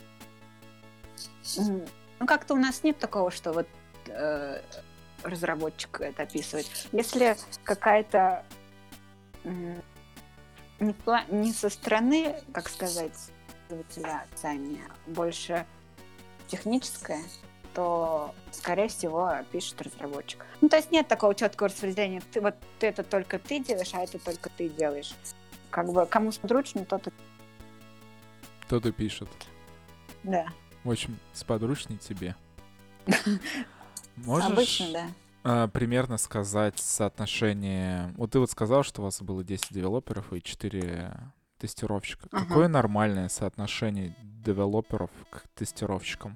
М, Ну, как-то у нас нет такого, что вот э, разработчик это описывает. Если какая-то м, не, в пла- не со стороны, как сказать, пользователя описания, больше техническое, то, скорее всего, пишет разработчик. Ну, то есть нет такого четкого распределения. Ты, вот ты это только ты делаешь, а это только ты делаешь. Как бы кому сподручно, тот и... Кто-то пишет. Да. В общем, сподручней тебе. Можешь Обычно, да. а, примерно сказать соотношение... Вот ты вот сказал, что у вас было десять девелоперов и четыре тестировщика. Ага. Какое нормальное соотношение девелоперов к тестировщикам?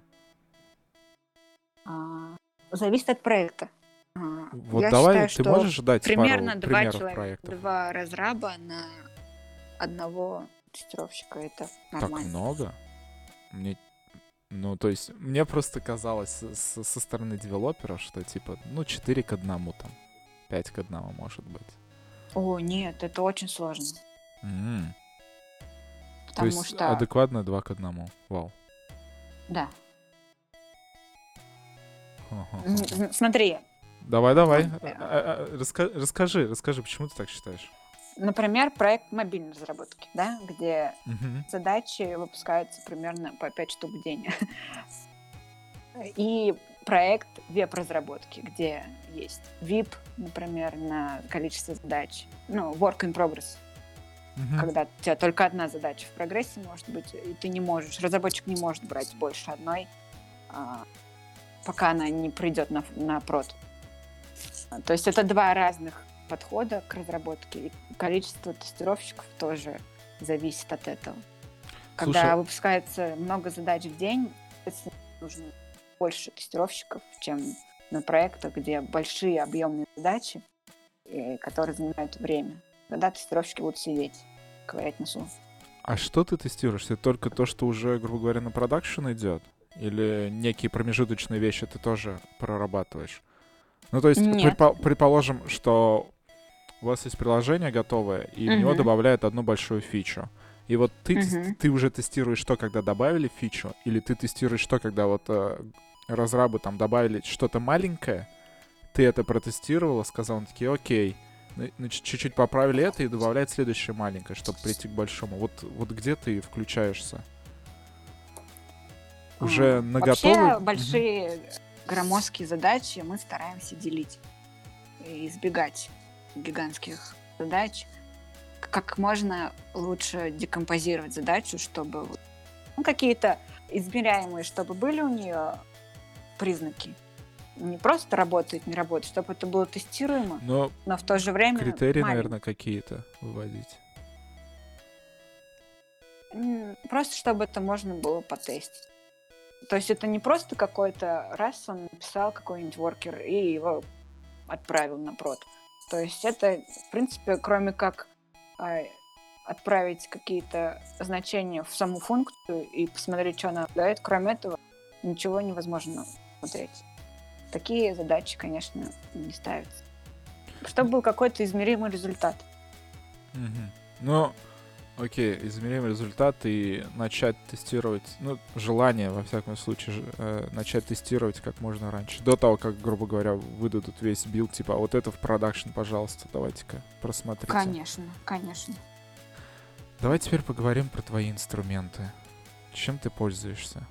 А, Зависит от проекта. А, Вот Я давай, считаю, ты что можешь дать примерно пару два примеров человека, проектов? два разраба на одного тестировщика. Это Так нормально. много? Мне... Ну, то есть, мне просто казалось с- с- со стороны девелоперов, что типа, ну, четыре к одному там, пять к одному может быть. О, нет, это очень сложно. М. То Потому есть что, адекватно два к одному. Вау. да. Ха-ха-ха. М, м, Смотри, Давай, давай. М, А- а- а, раска- Расскажи, расскажи, почему ты так считаешь? например, проект мобильной разработки, да, где Мгм. задачи выпускаются примерно по пять штук в день. И проект веб-разработки, где есть ви ай пи, например, на количество задач. Ну, work in progress, Мгм. когда у тебя только одна задача в прогрессе может быть, и ты не можешь, разработчик не может брать больше одной а, пока она не придет на, на прод. То есть это два разных подхода к разработке, и количество тестировщиков тоже зависит от этого. Когда Слушай, выпускается много задач в день, нужно больше тестировщиков, чем на проектах, где большие объемные задачи, которые занимают время. Тогда тестировщики будут сидеть, ковырять носу. а что ты тестируешь? Это только то, что уже, грубо говоря, на продакшн идет? Или некие промежуточные вещи ты тоже прорабатываешь? Ну, то есть, Нет. предпо- предположим, что у вас есть приложение готовое, и в него Мгм. добавляют одну большую фичу. И вот ты, тес- Мгм. ты уже тестируешь то, когда добавили фичу, или ты тестируешь то, когда вот э, разрабы там добавили что-то маленькое, ты это протестировала, сказал, они такие, окей, ну, ну, ч- чуть-чуть поправили это и добавляют следующее маленькое, чтобы прийти к большому. Вот, вот где ты включаешься? Уже А, на Вообще готовый? Мгм. большие громоздкие задачи мы стараемся делить и избегать гигантских задач. Как можно лучше декомпозировать задачу, чтобы вот, ну, какие-то измеряемые, чтобы были у нее признаки. Не просто работает, не работает, чтобы это было тестируемо, Но но в то же время критерии, маленькое. наверное, какие-то выводить. М, Просто чтобы это можно было потестить. То есть это не просто какой-то раз он написал какой-нибудь воркер и его отправил на прод. То есть это, в принципе, кроме как а, отправить какие-то значения в саму функцию и посмотреть, что она дает, кроме этого ничего невозможно смотреть. Такие задачи, конечно, не ставятся. Чтобы был какой-то измеримый результат. Мгм. Ну, окей, измерим результат и начать тестировать, ну, желание, во всяком случае, ж- э, начать тестировать как можно раньше. До того, как, грубо говоря, выдадут весь билд, типа, а вот это в продакшн, пожалуйста, давайте-ка просмотрите. Конечно, конечно. Давай теперь поговорим про твои инструменты. Чем ты пользуешься?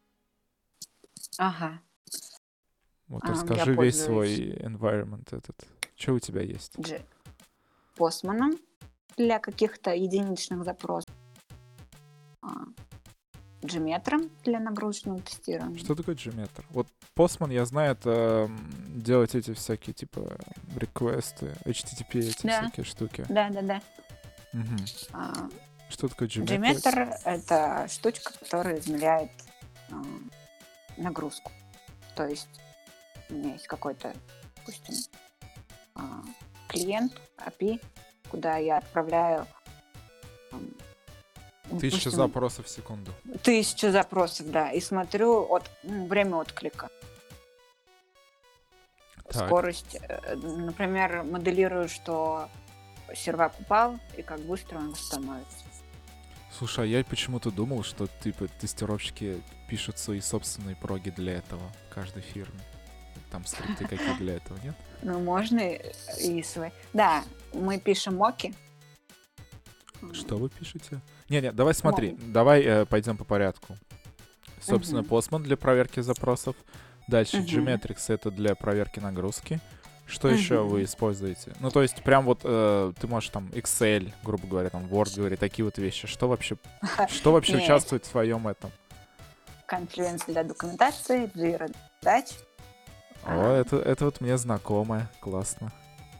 Ага. Вот А, Я расскажи весь пользуюсь свой environment этот. Что у тебя есть? G- Postman для каких-то единичных запросов, а, Gmetrом для нагрузочного тестирования. Что такое Gmeter? Вот Postman, я знаю, это м, делать эти всякие, типа, реквесты, эйч ти ти пи, эти Да. всякие штуки. Да-да-да. Мгм. А, Что такое Gmeter? Gmeter — это штучка, которая измеряет а, нагрузку. То есть у меня есть какой-то, допустим, а, клиент, эй пи ай, куда я отправляю ам, Тысяча допустим, запросов в секунду. тысячу запросов, да, и смотрю от, ну, время отклика, Так. скорость. э, Например, моделирую, что сервак упал, и как быстро он восстановится. Слушай, а я почему-то думал, что, типа, тестировщики пишут свои собственные проги для этого в каждой фирме. Там скрипты какие для этого, нет? Ну, можно и, и свои. Да, мы пишем моки. Что вы пишете? Не-не, давай смотри, Мом. давай э, пойдем по порядку. Собственно, Мгм. Postman для проверки запросов. Дальше Мгм. Gmetrix — это для проверки нагрузки. Что Мгм. еще вы используете? Ну, то есть, прям вот э, ты можешь там Excel, грубо говоря, там Word говорить, такие вот вещи. Что вообще, что вообще Нет. участвует в твоем этом? Confluence для документации, Jira для задач. О, А. это, это вот мне знакомое, классно.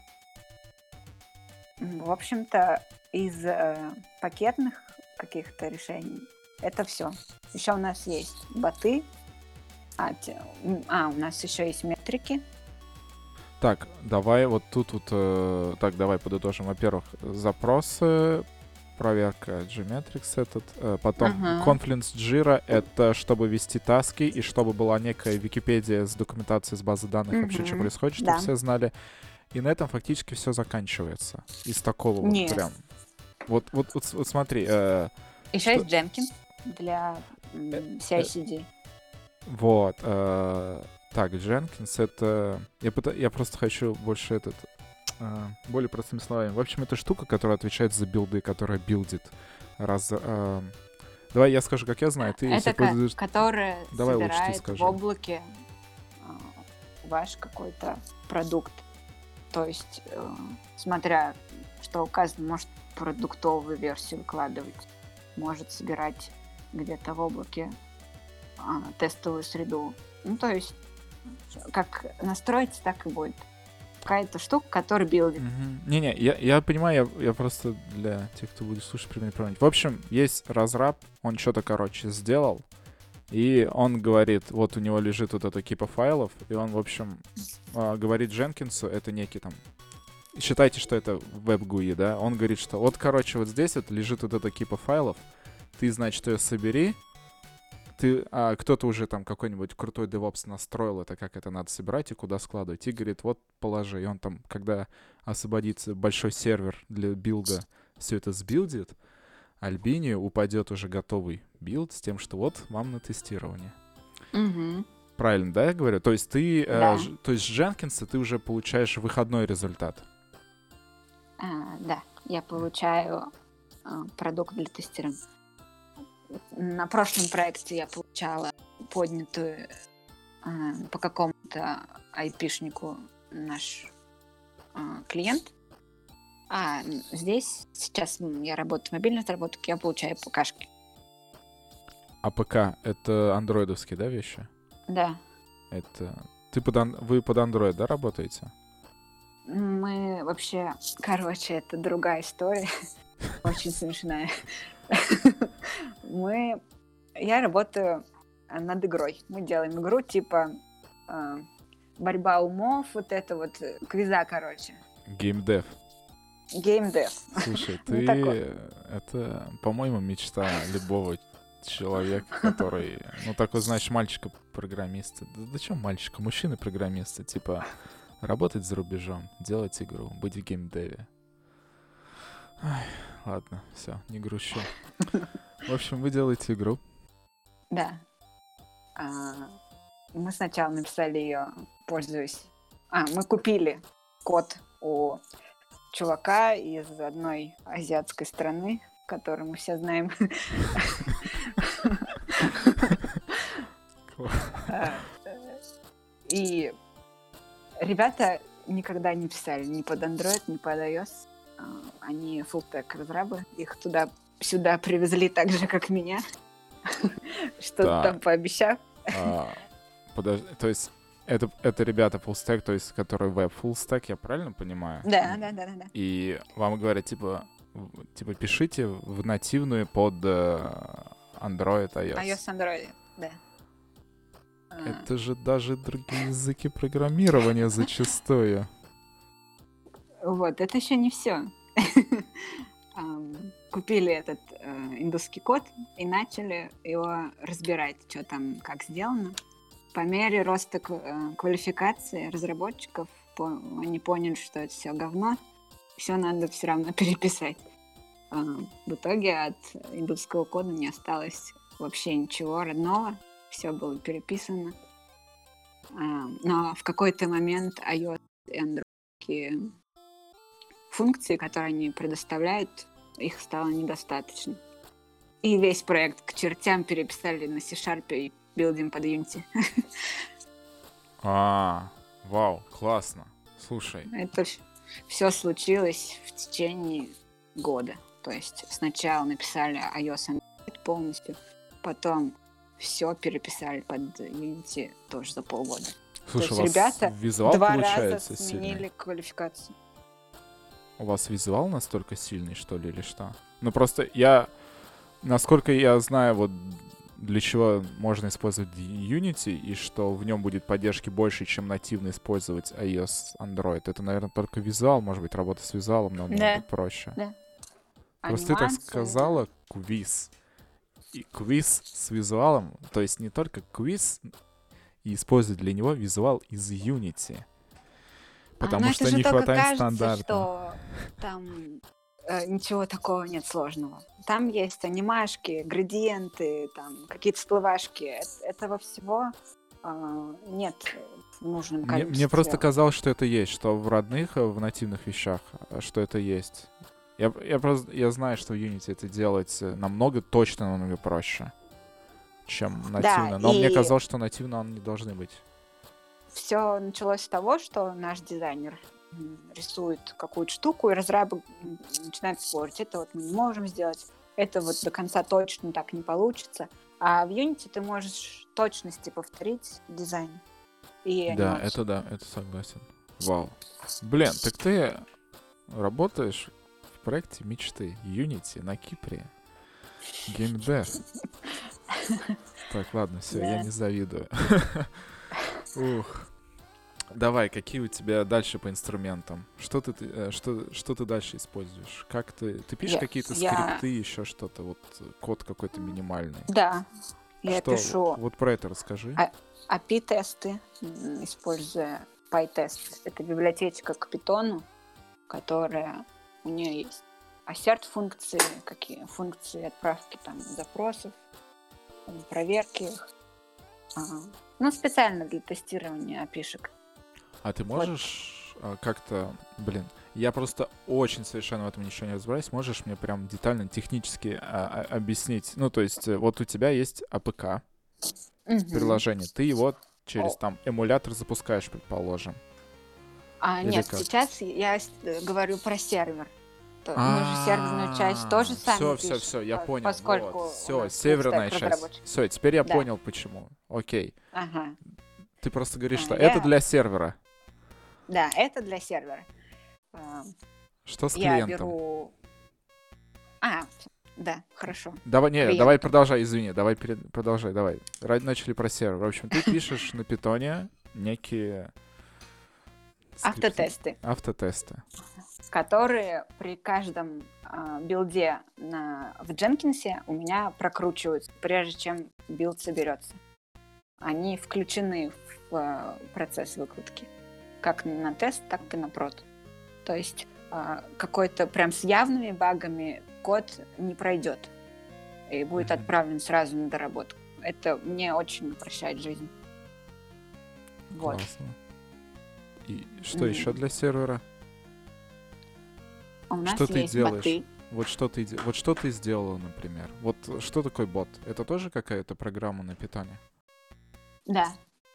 М, В общем-то, из э, пакетных каких-то решений это все. Еще у нас есть боты. А, те- м, а, у нас еще есть метрики. Так, давай вот тут вот, э, так, давай подытожим. Во-первых, запросы, проверка Gmetrix этот, э, потом Ага. Confluence Jira — это чтобы вести таски и чтобы была некая Википедия с документацией с базы данных вообще, что Мгм. происходит, чтобы Да. все знали. И на этом фактически все заканчивается. Из такого вот Нет. прям. Вот, вот, вот, с- вот смотри, э, Еще Что- есть Jenkins для м, си ай си ди. вот. э, так, Jenkins — это... Я, пыта- я просто хочу больше этот... э, более простыми словами. В общем, это штука, которая отвечает за билды, которая билдит. Раз... э, Давай я скажу, как я знаю. Ты, если Это ко- пользуешь- которая Давай лучше ты собирает скажи. в облаке а, ваш какой-то продукт. То есть, э, смотря что указано, может продуктовую версию выкладывать, может собирать где-то в облаке а, тестовую среду. Ну, то есть как настроить, так и будет. Какая-то штука, которая билдит. Мгм. Не-не, я, я понимаю, я, я просто для тех, кто будет слушать, примерно понимать. В общем, есть разраб, он что-то, короче, сделал, и он говорит, вот у него лежит вот эта кипа файлов, и он, в общем, а, говорит Дженкинсу, это некий там, считайте, что это веб-гуи, да, он говорит, что вот, короче, вот здесь вот лежит вот эта кипа файлов, ты, значит, ее собери, ты, а, кто-то уже там какой-нибудь крутой DevOps настроил это, как это надо собирать и куда складывать. И говорит, вот положи. И он там, когда освободится большой сервер для билда, все это сбилдит, Альбини упадет уже готовый билд с тем, что вот вам на тестирование. Мгм. Правильно, да, я говорю? То есть ты, э, Да. ж- то есть с Jenkins ты уже получаешь выходной результат. А, да, я получаю а, продукт для тестирования. На прошлом проекте я получала поднятую а, по какому-то айпишнику наш а, клиент. А м, здесь сейчас м, я работаю в мобильной разработке, я получаю ПКшки. А ПК — это андроидовские, да, вещи? Да. Это... Ты под ан- Вы под Android, да, работаете? Мы вообще, короче, это другая история, очень смешная. Мы, я работаю а, над игрой. Мы делаем игру типа а, борьба умов, вот это вот э, квиза, короче. Геймдев. Геймдев. Слушай, Ну, ты... такое. Это, по-моему, мечта любого человека, который... Ну, такой, знаешь, мальчика-программиста. Да зачем мальчика? Мужчины-программиста. Типа, работать за рубежом, делать игру, быть в геймдеве. Ай, ладно, все, не грущу. В общем, вы делаете игру. Да. А, мы сначала написали ее, пользуясь... А, мы купили код у чувака из одной азиатской страны, которую мы все знаем. А, э, И ребята никогда не писали ни под Android, ни под iOS. А, Они full-stack разрабы. Их туда-сюда привезли так же, как меня. Что-то Да. там пообещав. А, подож- То есть это, это ребята full stack, то есть которые веб full stack, я правильно понимаю? Да, да, да, да, да. И вам говорят, типа, в- типа пишите в нативную под э, Android, iOS. iOS, Android, да. А, Это же даже другие языки программирования зачастую. Вот, это еще не все. Купили этот э, индусский код и начали его разбирать, что там, как сделано. По мере роста к- э, квалификации разработчиков по- они поняли, что это все говно, все надо все равно переписать. А, В итоге от индусского кода не осталось вообще ничего родного, все было переписано. А, Но в какой-то момент iOS и Android функции, которые они предоставляют, их стало недостаточно. И весь проект к чертям переписали на C-Sharp и билдим под Unity. А, вау, классно. Слушай, Это все случилось в течение года. То есть сначала написали iOS и Android полностью, потом все переписали под Unity тоже за полгода. слушай, То у есть вас ребята визуал два раза получается сменили сильный? квалификацию. У вас визуал настолько сильный, что ли, или что? Ну просто я, насколько я знаю, вот для чего можно использовать Unity и что в нем будет поддержки больше, чем нативно использовать iOS, Android. Это, наверное, только визуал, может быть, работа с визуалом намного Да. проще. Да. А Просто ты так нюансы, сказала квиз. И квиз с визуалом, то есть не только квиз, и использовать для него визуал из Unity. Потому а, ну что это же не только хватает кажется, стандарта. что там э, ничего такого нет сложного. Там есть анимашки, градиенты, там какие-то всплывашки. Э- Этого всего э, нет в нужном Мне, количестве. мне просто казалось, что это есть, что в родных, э, в нативных вещах, э, что это есть. Я, я просто я знаю, что в Unity это делать э, намного, точно намного проще, чем нативно. Но мне и- казалось, что нативно он не должны быть. Все началось с того, что наш дизайнер м, рисует какую-то штуку, и разрабы м, начинают спорить. Это вот мы не можем сделать, это вот до конца точно так не получится. А в Unity ты можешь точности повторить дизайн. и Да, анимацию. это да, это согласен. Вау. Блин, так ты работаешь в проекте мечты Unity на Кипре. Геймдев. Так, ладно, все, я Да. не завидую. Ух. Давай, какие у тебя дальше по инструментам? Что ты, э, что, что ты дальше используешь? Как ты, ты пишешь Я, какие-то я, скрипты, еще что-то, вот э, код какой-то минимальный? да, я Что? пишу Вот про это расскажи. а- эй пи ай-тесты, м, используя PyTest. Это библиотечка к питону, которая у нее есть assert-функции, какие функции отправки там запросов, там, проверки их. А, ну, специально для тестирования опишек. А ты можешь а, как-то, блин, я просто очень совершенно в этом ничего не разбираюсь. Можешь мне прям детально, технически а, а, объяснить? Ну, то есть, э, вот у тебя есть эй пи кей, Мгм. приложение, ты его через О, там эмулятор запускаешь, предположим. а Или нет, как? сейчас я с- э, говорю про сервер. То- Мы же серверную часть тоже А, сами все, все, пишем, все, я по- понял. Вот, поскольку у все, нас северная фуллстек часть. разработчик. Все, теперь я Да, понял, почему. Окей. ага. Ты просто говоришь, А, что это я, для сервера. да, это для сервера. А, Что с Я клиентом? беру... А, да, хорошо. Давай, не, давай Клиентом. продолжай, извини, давай перед- продолжай, давай. Ради начали про сервер. В общем, ты пишешь на питоне некие скрипты, Автотесты, автотесты. которые при каждом а, билде на, в Дженкинсе у меня прокручиваются, прежде чем билд соберется. Они включены в а, процесс выкрутки. Как на тест, так и на прод. То есть а, какой-то прям с явными багами код не пройдет и будет Мгм. отправлен сразу на доработку. Это мне очень упрощает жизнь. Вот. Классно. И что М. еще для сервера? У нас Что ты есть делаешь? боты. Вот что ты, де- вот что ты сделала, например? Вот что такое бот? Это тоже какая-то программа на питоне? Да.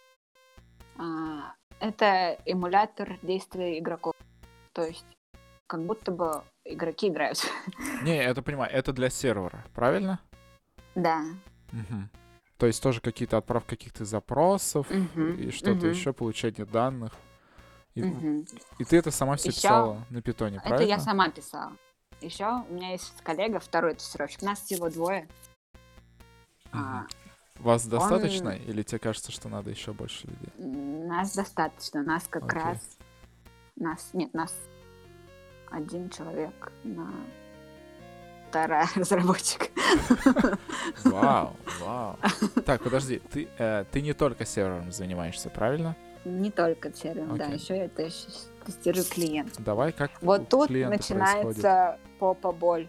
А, это эмулятор действия игроков. То есть как будто бы игроки играют. Не, я это понимаю, это для сервера, правильно? Да. Мгм. То есть тоже какие-то отправка каких-то запросов Мгм, и что-то мгм, еще, получение данных. И, мгм. и ты это сама все Еще писала на питоне, это я правильно? сама писала. Еще у меня есть коллега, второй тестировщик. Нас всего двое. Мгм. А, Вас достаточно он или тебе кажется, что надо еще больше людей? м, нас достаточно. Нас как Окей. раз нас нет, нас один человек на вторая разработчик. Вау, вау. Так, подожди, ты, э, ты не только сервером занимаешься, правильно? Не только сервером, да, Окей. еще я тещ- тестирую клиент. Давай, как у Вот тут клиента происходит? начинается попа-боль.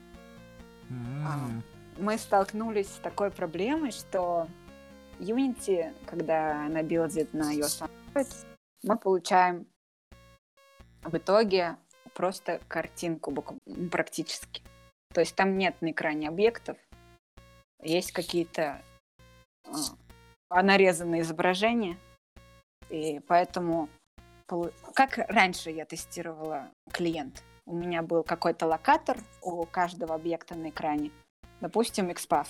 А, М, Мы столкнулись с такой проблемой, что Unity, когда она билдит на iOS, Android, мы получаем в итоге просто картинку букв- м, практически. То есть там нет на экране объектов, есть какие-то а, нарезанные изображения, и поэтому полу- как раньше я тестировала клиент. У меня был какой-то локатор у каждого объекта на экране, допустим, XPath.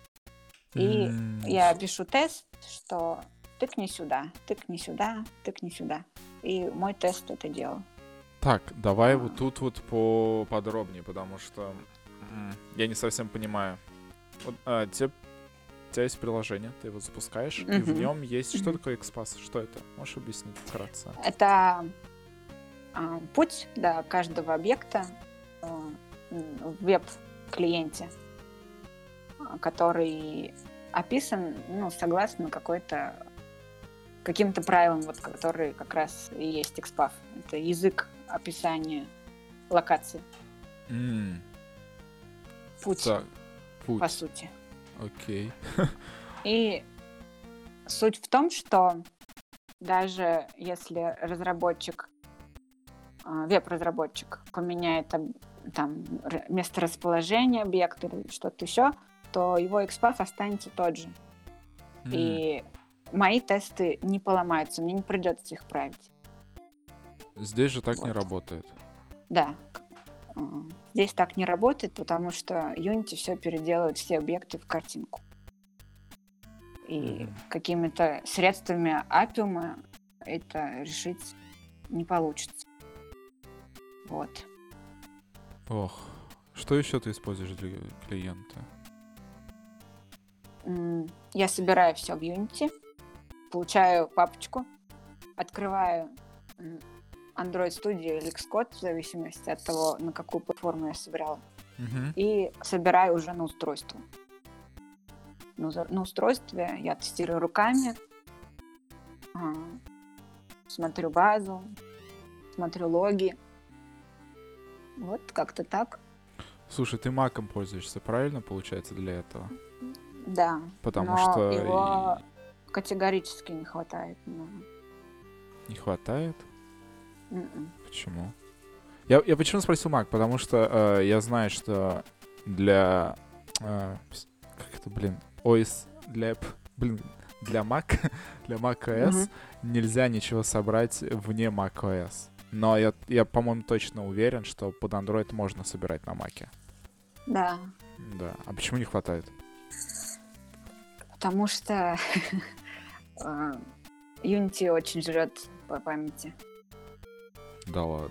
И м. я пишу тест, что тыкни сюда, тыкни сюда, тыкни сюда. И мой тест это делал. Так, давай А, вот тут вот поподробнее, потому что м, я не совсем понимаю. Вот, а, те- у тебя есть приложение, ты его запускаешь, и в Мгм. нем есть... Что Мгм. такое XPath? Что это? Можешь объяснить вкратце? Это а, путь до каждого объекта а, м, в веб-клиенте, а, который описан, ну, согласно какой-то каким-то правилам, вот, которые как раз и есть XPath. Это язык описания локации. М, Путь, Так, путь. по сути. Окей. И суть в том, что даже если разработчик, а, веб-разработчик поменяет об- там р- месторасположение объекта или что-то еще, то его XPath останется тот же. М, И мои тесты не поломаются, мне не придется их править. Здесь же так не Вот. работает. Да. М, Здесь так не работает, потому что Unity все переделывает все объекты в картинку. И Мгм. какими-то средствами апиума это решить не получится. Вот. Ох, что еще ты используешь для клиента? М, Я собираю все в Unity, получаю папочку, открываю м, Android Studio или Xcode, в зависимости от того, на какую платформу я собирала, Мгм. и собираю уже на устройство. На, уза- на устройстве я тестирую руками, а, смотрю базу, смотрю логи. Вот как-то так. Слушай, ты маком пользуешься, правильно, получается, для этого? Да, Потому но что его и категорически не хватает. Ну, не хватает. м-м. Почему? Я, я почему спросил Mac? Потому что э, я знаю, что для... э, пс- как это, блин? о эс... Для... п- Блин, для Mac, для Мгм. macOS нельзя ничего собрать вне macOS. Но я, я, по-моему, точно уверен, что под Android можно собирать на Mac. Да, Да. А почему не хватает? потому что а, Unity очень жрет по памяти. Да ладно.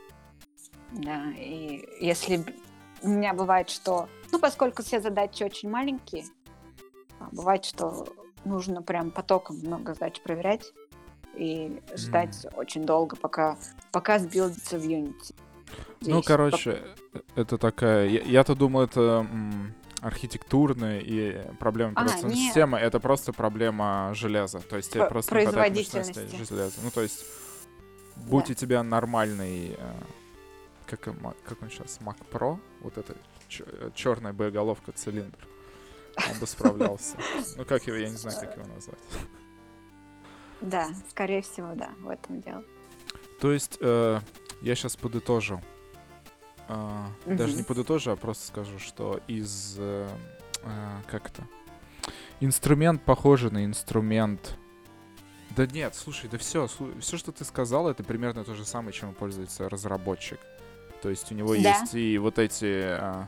Да, и если б- у меня бывает, что, ну, поскольку все задачи очень маленькие, а, бывает, что нужно прям потоком много задач проверять и М. ждать очень долго, пока, пока сбилдится в Unity. Ну, Здесь пок- короче, э, это такая... я- Я-то думал, это м, архитектурная и проблема А, операционной нет, системы. Это просто проблема железа. То есть тебе про- просто не хватает мощности производительности. железа. Ну, то есть, будь Да. у тебя нормальный... э, Как, и Mac- как он сейчас? Mac Pro? Вот эта черная боеголовка, цилиндр. Он бы справлялся. Ну, как его, я не знаю, как его назвать. Да, скорее всего, да, в этом дело. То есть, э, я сейчас подытожу. А, даже не Мгм. подытожу, а просто скажу, что из... э, э, как это? Инструмент похожий на инструмент... Да нет, слушай, да все, все, что ты сказал, это примерно то же самое, чем пользуется разработчик. То есть у него Да. есть и вот эти а,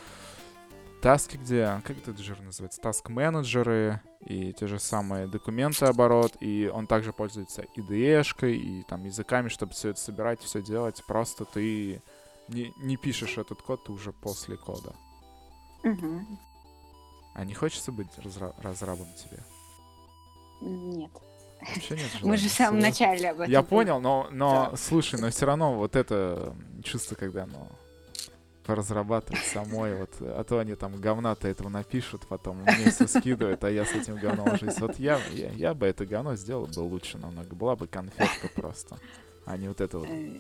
таски, где... Как это жир называется? Таск-менеджеры и те же самые документы оборот. И он также пользуется и ди и-шкой, и там языками, чтобы все это собирать, все делать. Просто ты не, не пишешь этот код, ты уже после кода. Мгм. А не хочется быть разра- разрабом тебе? Нет. Вообще нет Мы же желания, в самом серьезно? начале об Я этом понял, но, но поговорили. слушай, но все равно вот это м, чувство, когда, ну, поразрабатывать самой, вот, а то они там говна-то этого напишут, потом мне все скидывают, а я с этим говном ложусь. Вот я, я, я бы это говно сделал бы лучше намного, была бы конфетка просто, а не вот это вот. Э,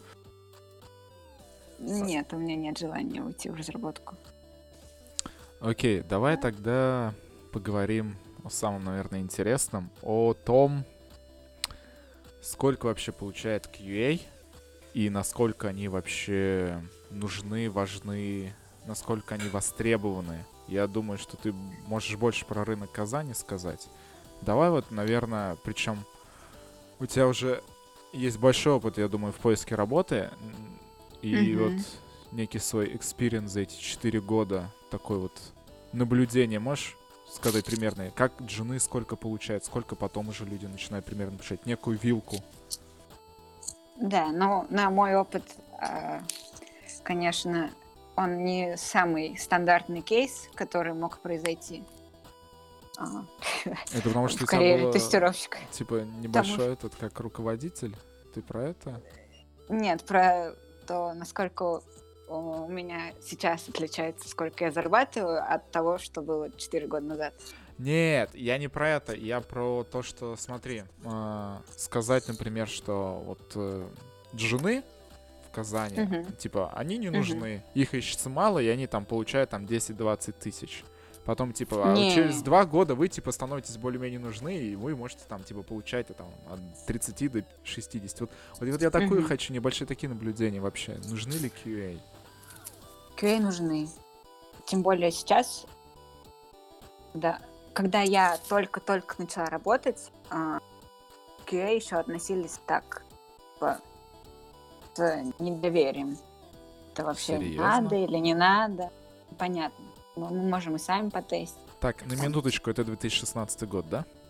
Нет, у меня нет желания уйти в разработку. Окей, давай тогда поговорим о самом, наверное, интересном, о том, сколько вообще получает кью эй и насколько они вообще нужны, важны, насколько они востребованы. Я думаю, что ты можешь больше про рынок Казани сказать. Давай вот, наверное, причем у тебя уже есть большой опыт, я думаю, в поиске работы. м, И вот Мгм. некий свой экспириенс за эти четыре года, такой вот наблюдение, можешь сказать примерно, как джуны сколько получают, сколько потом уже люди начинают примерно получать, некую вилку. Да, но на мой опыт, а, конечно, он не самый стандартный кейс, который мог произойти а, Это потому что в у тебя карьере было, тестировщика. типа, Потому небольшой этот, как руководитель. Ты про это? нет, про то, насколько у меня сейчас отличается, сколько я зарабатываю от того, что было четыре года назад. Нет, я не про это. Я про то, что, смотри, э, сказать, например, что вот э, джуны в Казани, Мгм. типа, они не Мгм. нужны. Их ищется мало, и они там получают там десять-двадцать тысяч. Потом, типа, а вот через Не, два года вы, типа, становитесь более-менее нужны, и вы можете там, типа, получать там, от тридцати до шестидесяти. Вот, вот, вот я такую мгм. хочу, небольшие такие наблюдения вообще. Нужны ли кью эй? кью эй нужны. Тем более сейчас, да, когда я только-только начала работать, а, к кью эй еще относились так, типа, с недоверием. Это вообще надо Серьезно? или не надо? Понятно. Но мы можем и сами потестить. Так, на Там, минуточку, это две тысячи шестнадцатый год, да?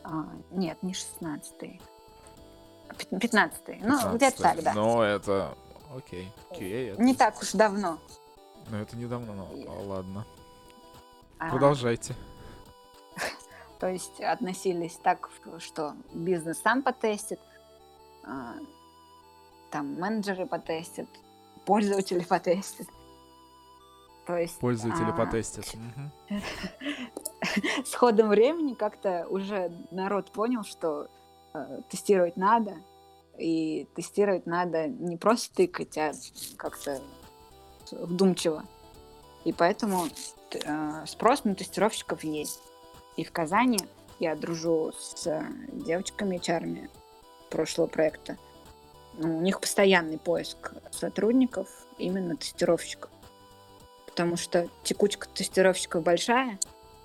А, нет, не шестнадцатый. Пят- пятнадцатый. Ну, где-то так, да. Но это... Окей. кью эй это... Не так уж давно. Ну, это недавно, но И- а, ладно. А, Продолжайте. То есть относились так, что бизнес сам потестит, а, там менеджеры потестят, пользователи потестят. То есть Пользователи а, потестят. Мгм. с ходом времени как-то уже народ понял, что э, тестировать надо, и тестировать надо не просто тыкать, а как-то вдумчиво. И поэтому т- э, спрос на тестировщиков есть. И в Казани я дружу с э, девочками эйч ар прошлого проекта. Ну, у них постоянный поиск сотрудников, именно тестировщиков. Потому что текучка тестировщиков большая.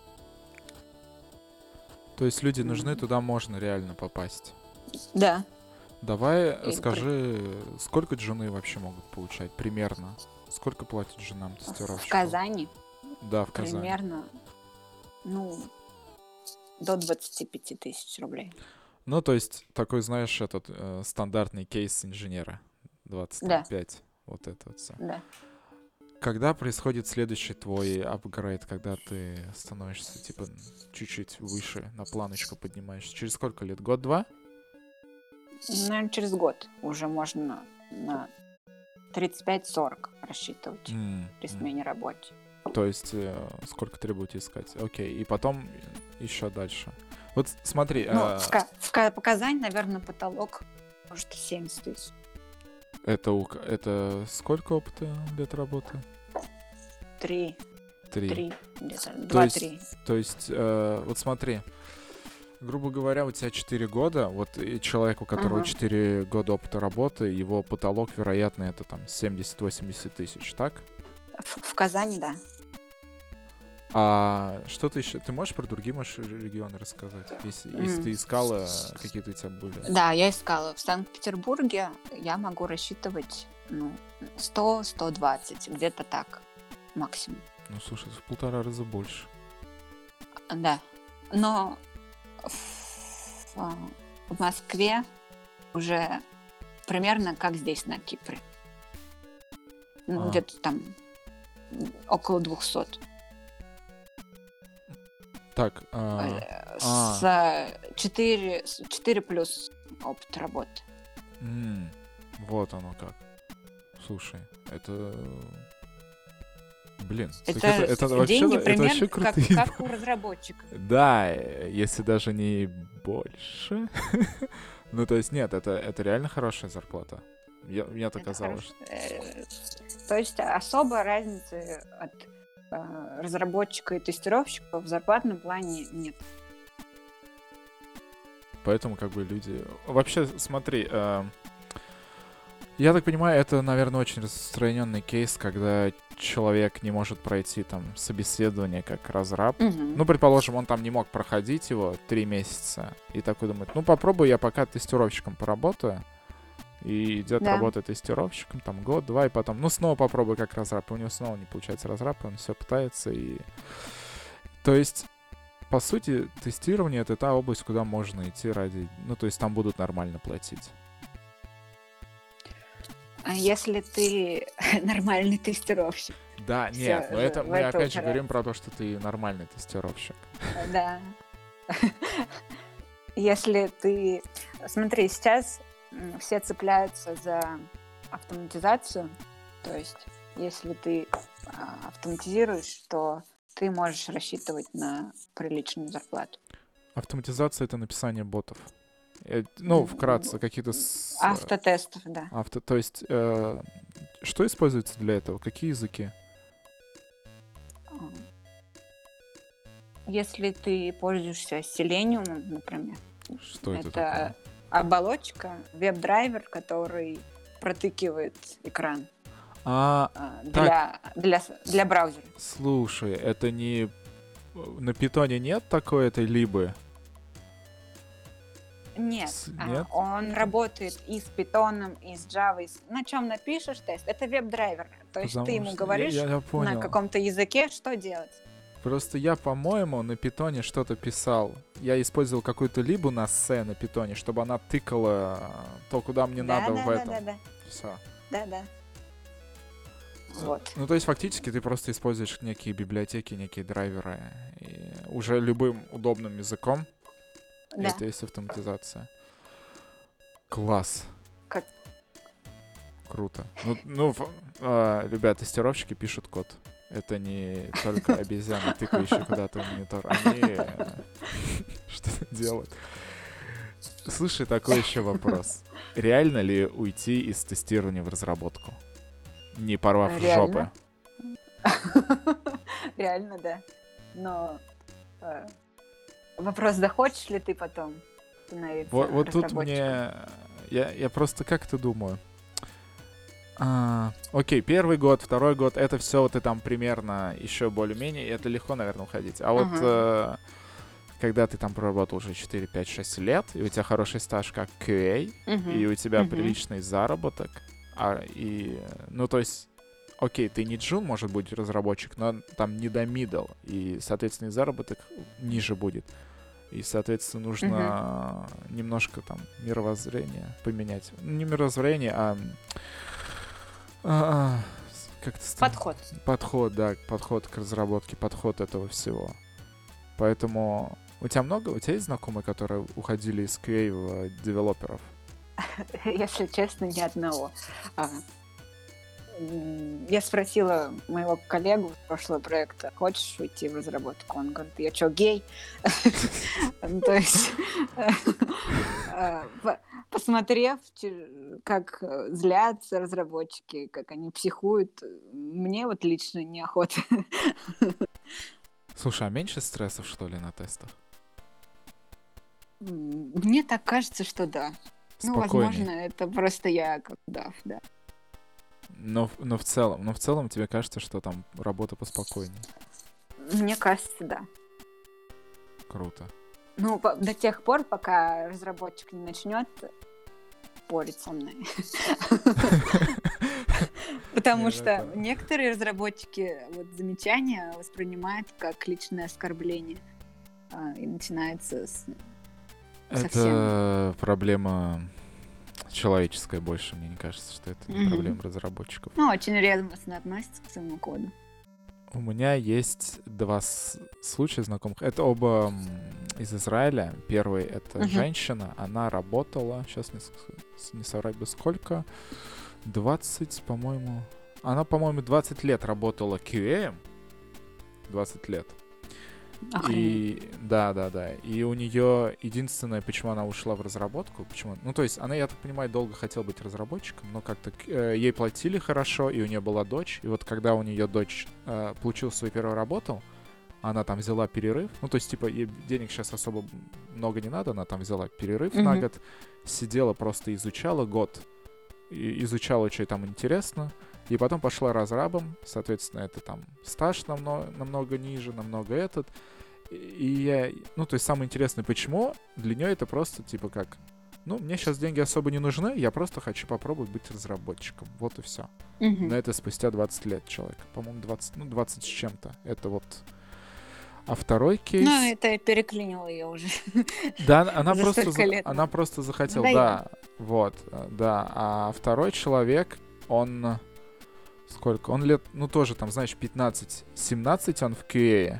То есть люди нужны, М. туда можно реально попасть. Да. Давай И скажи, сколько джуны вообще могут получать примерно? Сколько платят женам В тестировщикам? Казани Да, в Казани. примерно, ну, до двадцати пяти тысяч рублей. Ну, то есть такой, знаешь, этот э, стандартный кейс инженера. двадцать Да. пять. Вот это вот все. Да. Когда происходит следующий твой апгрейд, когда ты становишься, типа, чуть-чуть выше, на планочку поднимаешься? Через сколько лет? Год-два? Наверное, через год уже можно на тридцать пять сорок рассчитывать М, при м. смене работы. То есть э, сколько требуете искать? Окей, и потом еще дальше. Вот смотри, Ну, э, в, Ка- в Ка- по Казани, наверное, потолок может семьдесят тысяч. это, у к- это сколько опыта лет работы? Три, Три. три, где-то, То два-три. То есть, э, вот смотри, грубо говоря, у тебя четыре года, вот и человек, у которого Ага. четыре года опыта работы, его потолок, вероятно, это там семьдесят-восемьдесят тысяч, так? В, в Казани, да. А что ты еще? Ты можешь про другие можешь регионы рассказать? Если, если М. ты искала, какие-то у тебя были? Да, я искала. В Санкт-Петербурге я могу рассчитывать, ну, сто сто двадцать, где-то так, максимум. Ну, слушай, это в полтора раза больше. Да. Но в, а, в Москве уже примерно как здесь, на Кипре. Ну, А. где-то там м, около двухсот. Так, а, Э, а. С э, четыре, с четыре плюс опыт работы. м, вот оно как. Слушай, это... Блин, так Это, это, это вообще, деньги это примерно вообще как, крутые. как у разработчиков. Да, э, если даже не больше. Ну, то есть, нет, это, это реально хорошая зарплата. Я, мне так Это казалось. хорошо. Э, То есть особой разницы от э, разработчика и тестировщика в зарплатном плане нет. Поэтому, как бы, люди... Вообще, смотри, э, я так понимаю, это, наверное, очень распространенный кейс, когда человек не может пройти там собеседование как разраб. Мгм. Ну, предположим, он там не мог проходить его три месяца. И такой думает, ну, попробую я пока тестировщиком поработаю. И идет Да. работать тестировщиком, там, год-два, и потом, ну, снова попробую как разраб. И у него снова не получается разраб, и он все пытается. И... То есть, по сути, тестирование — это та область, куда можно идти ради... Ну, то есть там будут нормально платить. А если ты нормальный тестировщик, Да, Всё, нет, но в- это в мы это опять же упирается. говорим про то, что ты нормальный тестировщик. да. Если ты... Смотри, сейчас м, все цепляются за автоматизацию. То есть, если ты а, автоматизируешь, то ты можешь рассчитывать на приличную зарплату. Автоматизация — это написание ботов. Э, Ну, М, вкратце, какие-то... с- э, Автотестов, да. Авто... То есть, э, что используется для этого? Какие языки? М. Если ты пользуешься Selenium, например, Что это, это такое? оболочка, веб-драйвер, который протыкивает экран А, а, для, для, с- для браузера. слушай, это не... На питоне нет такой этой либо? Нет, С- а, нет? он работает и с питоном, и с Java. и с- На чем напишешь тест? Это веб-драйвер. То есть Потому ты ему что- говоришь Я, я, я понял. на каком-то языке, что делать. Просто я, по-моему, на питоне что-то писал. Я использовал какую-то либу на C на питоне, чтобы она тыкала то, куда мне Да, надо да, в да, этом. да, да. Все. Да, да. Вот. Ну, то есть, фактически, ты просто используешь некие библиотеки, некие драйверы. И уже любым удобным языком. Да. Это есть автоматизация. Класс. Как? Круто. Ну, ну ф- а, ребят, тестировщики пишут код. Это не только обезьяны, тыкающие куда-то в монитор. Они э, что-то делают. Слушай, такой еще вопрос. Реально ли уйти из тестирования в разработку? Не порвав жопы? Реально. Реально, да. Но э, вопрос, захочешь ли ты потом становиться Вот, вот тут разработчиком? мне... Я, я просто как-то думаю. А, окей, первый год, второй год, это все ты там примерно еще более-менее, и это легко, наверное, уходить. А вот Ага. э, когда ты там проработал уже четыре, пять, шесть лет, и у тебя хороший стаж как кью эй, Мгм. и у тебя Мгм. приличный заработок, а, и, ну, то есть, окей, ты не джун, может быть, разработчик, но там не до middle, и, соответственно, и заработок ниже будет. И, соответственно, нужно немножко там мировоззрение поменять. Ну, не мировоззрение, а... а, а, как-то стан- Подход. Подход, да, подход к разработке, подход этого всего. Поэтому у тебя много, у тебя есть знакомые, которые уходили из кью эй в э, девелоперов? Если честно, ни одного. А, м, Я спросила моего коллегу с прошлого проекта, хочешь уйти в разработку? Он говорит, я что, гей? Ну, то есть, э, по- посмотрев, че- как э, злятся разработчики, как они психуют, мне вот лично неохота. Слушай, а меньше стрессов, что ли, на тестах? М, Мне так кажется, что да. Ну, Спокойней. возможно, это просто я как дав, да. Но, в- но в целом, но в целом тебе кажется, что там работа поспокойнее. Мне кажется, да. Круто. Ну, по- до тех пор, пока разработчик не начнет спорить со мной. Потому Не, что это- некоторые разработчики вот замечания воспринимают как личное оскорбление. А, И начинается с... Совсем. Это проблема человеческая больше, мне не кажется, что это не Мгм. проблема разработчиков. Ну, очень ревностно относится к своему коду. У меня есть два с- случая знакомых. Это оба м, из Израиля. Первый — это Мгм. женщина. Она работала, сейчас не, с- с- не соврать бы сколько, двадцать, по-моему... Она, по-моему, двадцать лет работала кью эй. двадцать лет. Охренеть. И да, да, да. И у нее единственное, почему она ушла в разработку, почему, ну то есть она, я так понимаю, долго хотела быть разработчиком, но как-то к- э, ей платили хорошо, и у нее была дочь. И вот когда у нее дочь э, получила свою первую работу, она там взяла перерыв. Ну то есть типа ей денег сейчас особо много не надо, она там взяла перерыв на Мгм. год, сидела просто изучала год, и изучала, что ей там интересно. И потом пошла разрабом, соответственно, это там стаж намного, намного ниже, намного этот. И и я, ну, то есть самое интересное, почему для нее это просто типа как, ну, мне сейчас деньги особо не нужны, я просто хочу попробовать быть разработчиком. Вот и все. Мгм. Но это спустя двадцать лет человек. По-моему, двадцать, ну, двадцать с чем-то. Это вот... А второй кейс... Ну, это переклинило ее уже. Да, она- она за просто, столько за- лет, она да. просто захотела, Надоело. да, вот, э, да. А второй человек, он э, сколько? Он лет, ну тоже там, знаешь, пятнадцать-семнадцать он в кью эй,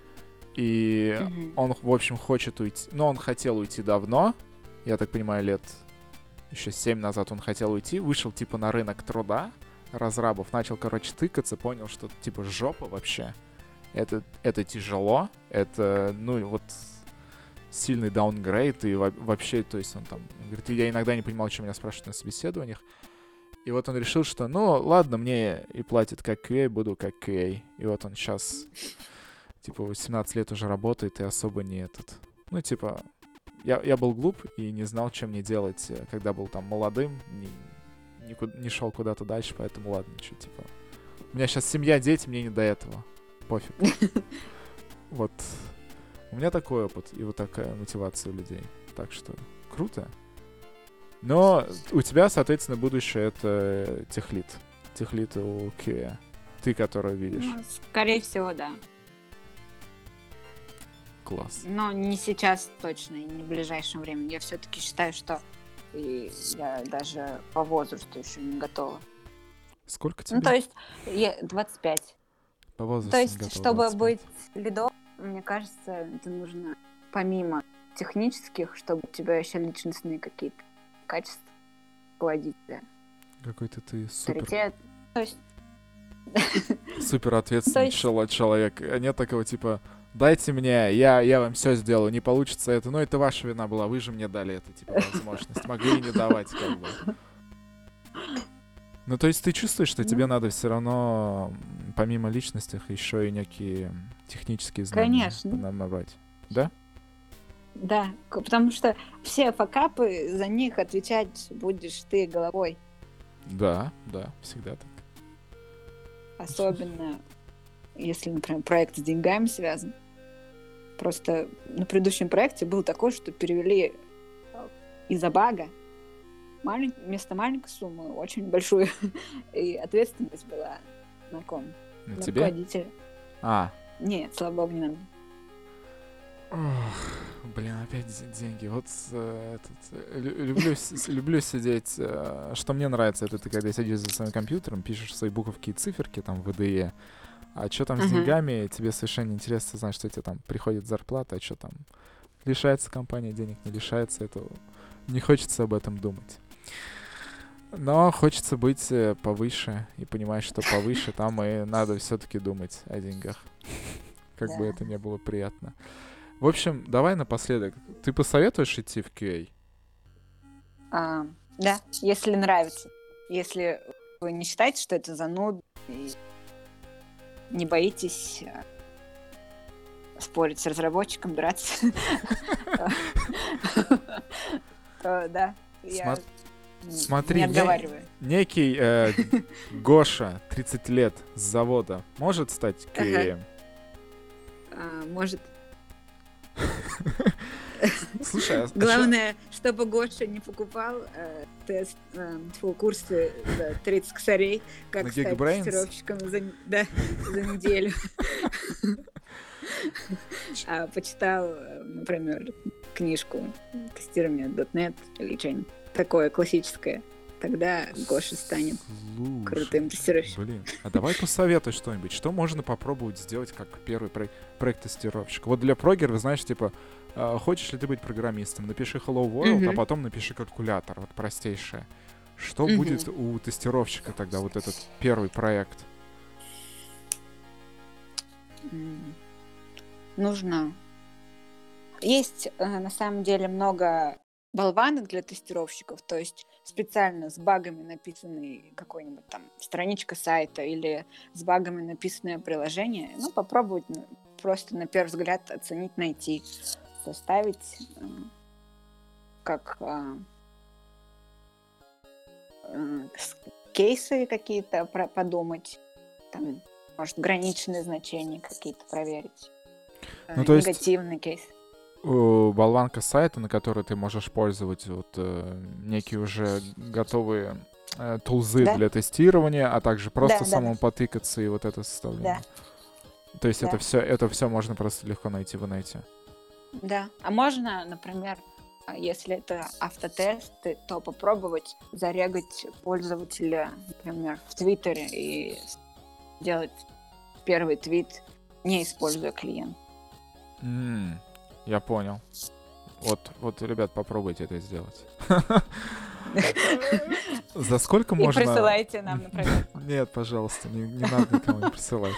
и Мгм. он, в общем, хочет уйти, ну он хотел уйти давно, я так понимаю, лет еще семь назад он хотел уйти, вышел типа на рынок труда разрабов, начал, короче, тыкаться, понял, что типа жопа вообще. Это, это тяжело, это, ну, и вот сильный даунгрейд, и во- вообще, то есть он там, он говорит, я иногда не понимал, что меня спрашивают на собеседованиях, и вот он решил, что, ну, ладно, мне и платят как кью эй, буду как кью эй, и вот он сейчас, типа, восемнадцать лет уже работает, и особо не этот, ну, типа, я, я был глуп и не знал, чем мне делать, э, когда был там молодым, не, не, ку- не шел куда-то дальше, поэтому ладно, что, типа, у меня сейчас семья, дети, мне не до этого. Пофиг. Вот. У меня такой опыт и вот такая мотивация у людей. Так что круто. Но у тебя, соответственно, будущее — это техлит. Техлит у кью эй. Ты, который видишь. Ну, скорее всего, да. Класс. Но не сейчас точно, и не в ближайшем времени. Я все-таки считаю, что и я даже по возрасту еще не готова. Сколько тебе? Ну, то есть, я двадцать пять. По возрасту То не есть, готова, чтобы двадцать пять. быть лидом, мне кажется, это нужно помимо технических, чтобы у тебя еще личностные какие-то качества, руководителя, Какой-то ты супер, авторитет. То есть, супер то ответственный есть, чело- человек. А нет такого типа, дайте мне, я, я вам все сделаю, не получится это, ну это ваша вина была, вы же мне дали это, типа, возможность. Могли и не давать, как бы. Ну, то есть ты чувствуешь, что тебе ну, надо все равно, м, помимо личностей, еще и некие технические знания конечно, набрать, да? да, к- потому что все факапы, за них отвечать будешь ты головой. Да, да, всегда так. Особенно, если, например, проект с деньгами связан. Просто на предыдущем проекте был такой, что перевели э, из-за бага малень- вместо маленькой суммы очень большую. И ответственность была на ком? На На тебе? руководителя. А, Нет, слава богу, не надо. ох, блин, опять де- деньги. Вот э, этот, э, лю- люблю, с- с- люблю сидеть. э, Что мне нравится, это ты когда сидишь за своим компьютером, пишешь свои буковки и циферки там в ИДЕ. А что там с Мгм. деньгами, тебе совершенно интересно знать, что тебе там приходит зарплата, а что там лишается компания денег, не лишается этого. Не хочется об этом думать. Но хочется быть э, повыше и понимать, что повыше там и надо все-таки думать о деньгах. Как бы Да. это не было приятно. В общем, давай напоследок. Ты посоветуешь идти в кью эй? А, да, если нравится. Если вы не считаете, что это занудно, и не боитесь э, спорить с разработчиком, драться, то да, я Сма- н- Смотри, не не- отговариваю. некий э, Гоша, тридцать лет, с завода, может стать Ага. кью эй? А, Может, Слушай, а ш- главное, чтобы Гоша не покупал э, тест, э, тьфу, курсы за тридцать косарей, как На стать Geekbrains? тестировщиком за, н- да, за неделю. А почитал, э, например, книжку тестирования .дот нет или что-нибудь такое классическое, тогда Гоша станет Слушай, крутым тестировщиком. блин, а давай посоветуй что-нибудь. Что можно попробовать сделать как первый проект, проект-тестировщик? Вот для прогеров, знаешь, типа, э, хочешь ли ты быть программистом? Напиши Hello World, а Мгм. потом напиши калькулятор, вот простейшее. Что Мгм. будет у тестировщика тогда, вот этот первый проект? М, Нужно. Есть э, на самом деле много болванок для тестировщиков, то есть специально с багами написанный какой-нибудь там страничка сайта или с багами написанное приложение. Ну, попробовать ну, просто на первый взгляд оценить, найти, составить э, как а, э, с- кейсы какие-то про- подумать, там, может, граничные значения какие-то проверить, э, Ну, то есть негативный кейс. э, болванка сайта, на которой ты можешь пользовать вот э, некие уже готовые э, тулзы Да, для тестирования, а также просто да, да, да, самому потыкаться и вот это составление. да, То есть это да, все, это все можно просто легко найти в инете. да. А можно, например, а, если это автотесты, то попробовать зарегать пользователя, например, в Твиттере и сделать первый твит, не используя клиент. М, Я понял. Вот, вот, ребят, попробуйте это сделать. За сколько И можно... присылайте нам, например. Нет, пожалуйста, не, не надо никому не присылать.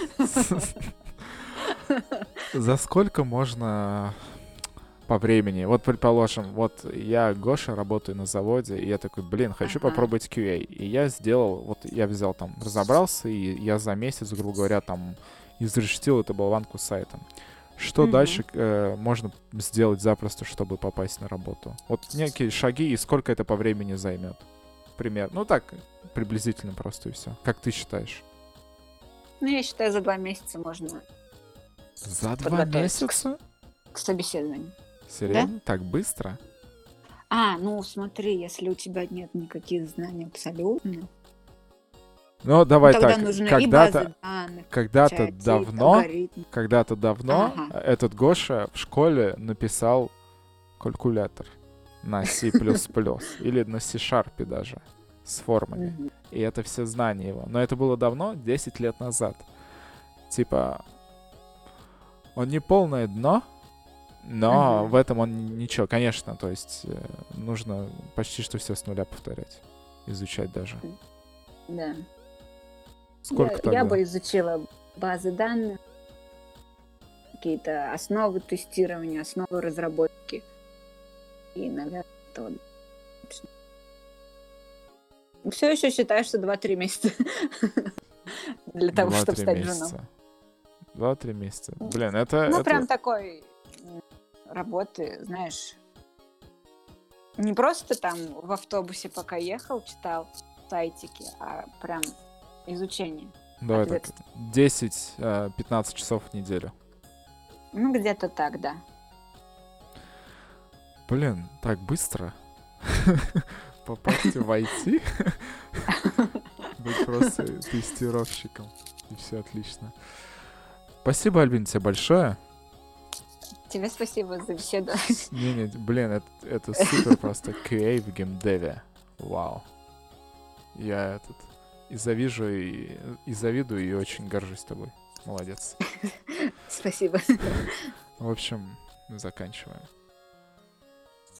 За сколько можно по времени? Вот, предположим, вот я, Гоша, работаю на заводе, и я такой, блин, хочу Ага. попробовать кью эй. И я сделал, вот я взял там, разобрался, и я за месяц, грубо говоря, там, изрешетил эту болванку сайта. Что Мгм. дальше э, можно сделать запросто, чтобы попасть на работу? Вот некие шаги, и сколько это по времени займет? Пример. Ну так, приблизительно просто и все. Как ты считаешь? Ну, я считаю, за два месяца можно За два подготовиться к, месяца? к собеседованию. Серьезно? Так быстро? А, ну смотри, если у тебя нет никаких знаний абсолютно, Ну, Ну, давай тогда так. нужны и Когда-то, базы данных, когда-то получается, и давно, алгоритм. когда-то давно Ага. этот Гоша в школе написал калькулятор на C++ или на C-Sharp даже с формами. Мгм. И это все знания его. Но это было давно, десять лет назад. Типа, он не полное дно, но Мгм. в этом он ничего. Конечно, то есть э, нужно почти что все с нуля повторять. Изучать даже. Да. Сколько Я, я тогда? бы изучила базы данных, какие-то основы тестирования, основы разработки. И, наверное, это вот все еще считаю, что два-три месяца для того, чтобы Два-три стать джуном. месяца. Два-три месяца. Блин, это, Ну, это... прям такой м, работы, знаешь, не просто там в автобусе пока ехал, читал сайтики, а прям изучение Давай так, ответственно. десять-пятнадцать часов в неделю. Ну, где-то так, да. Блин, так быстро попасть в ай ти, быть просто тестировщиком. И все отлично. Спасибо, Альбин, тебе большое. Тебе спасибо за беседу. Не-не, блин, это, это супер просто кью эй в геймдеве. Вау. Я этот и завижу, и, и завидую, и очень горжусь тобой. Молодец. Спасибо. В общем, мы заканчиваем.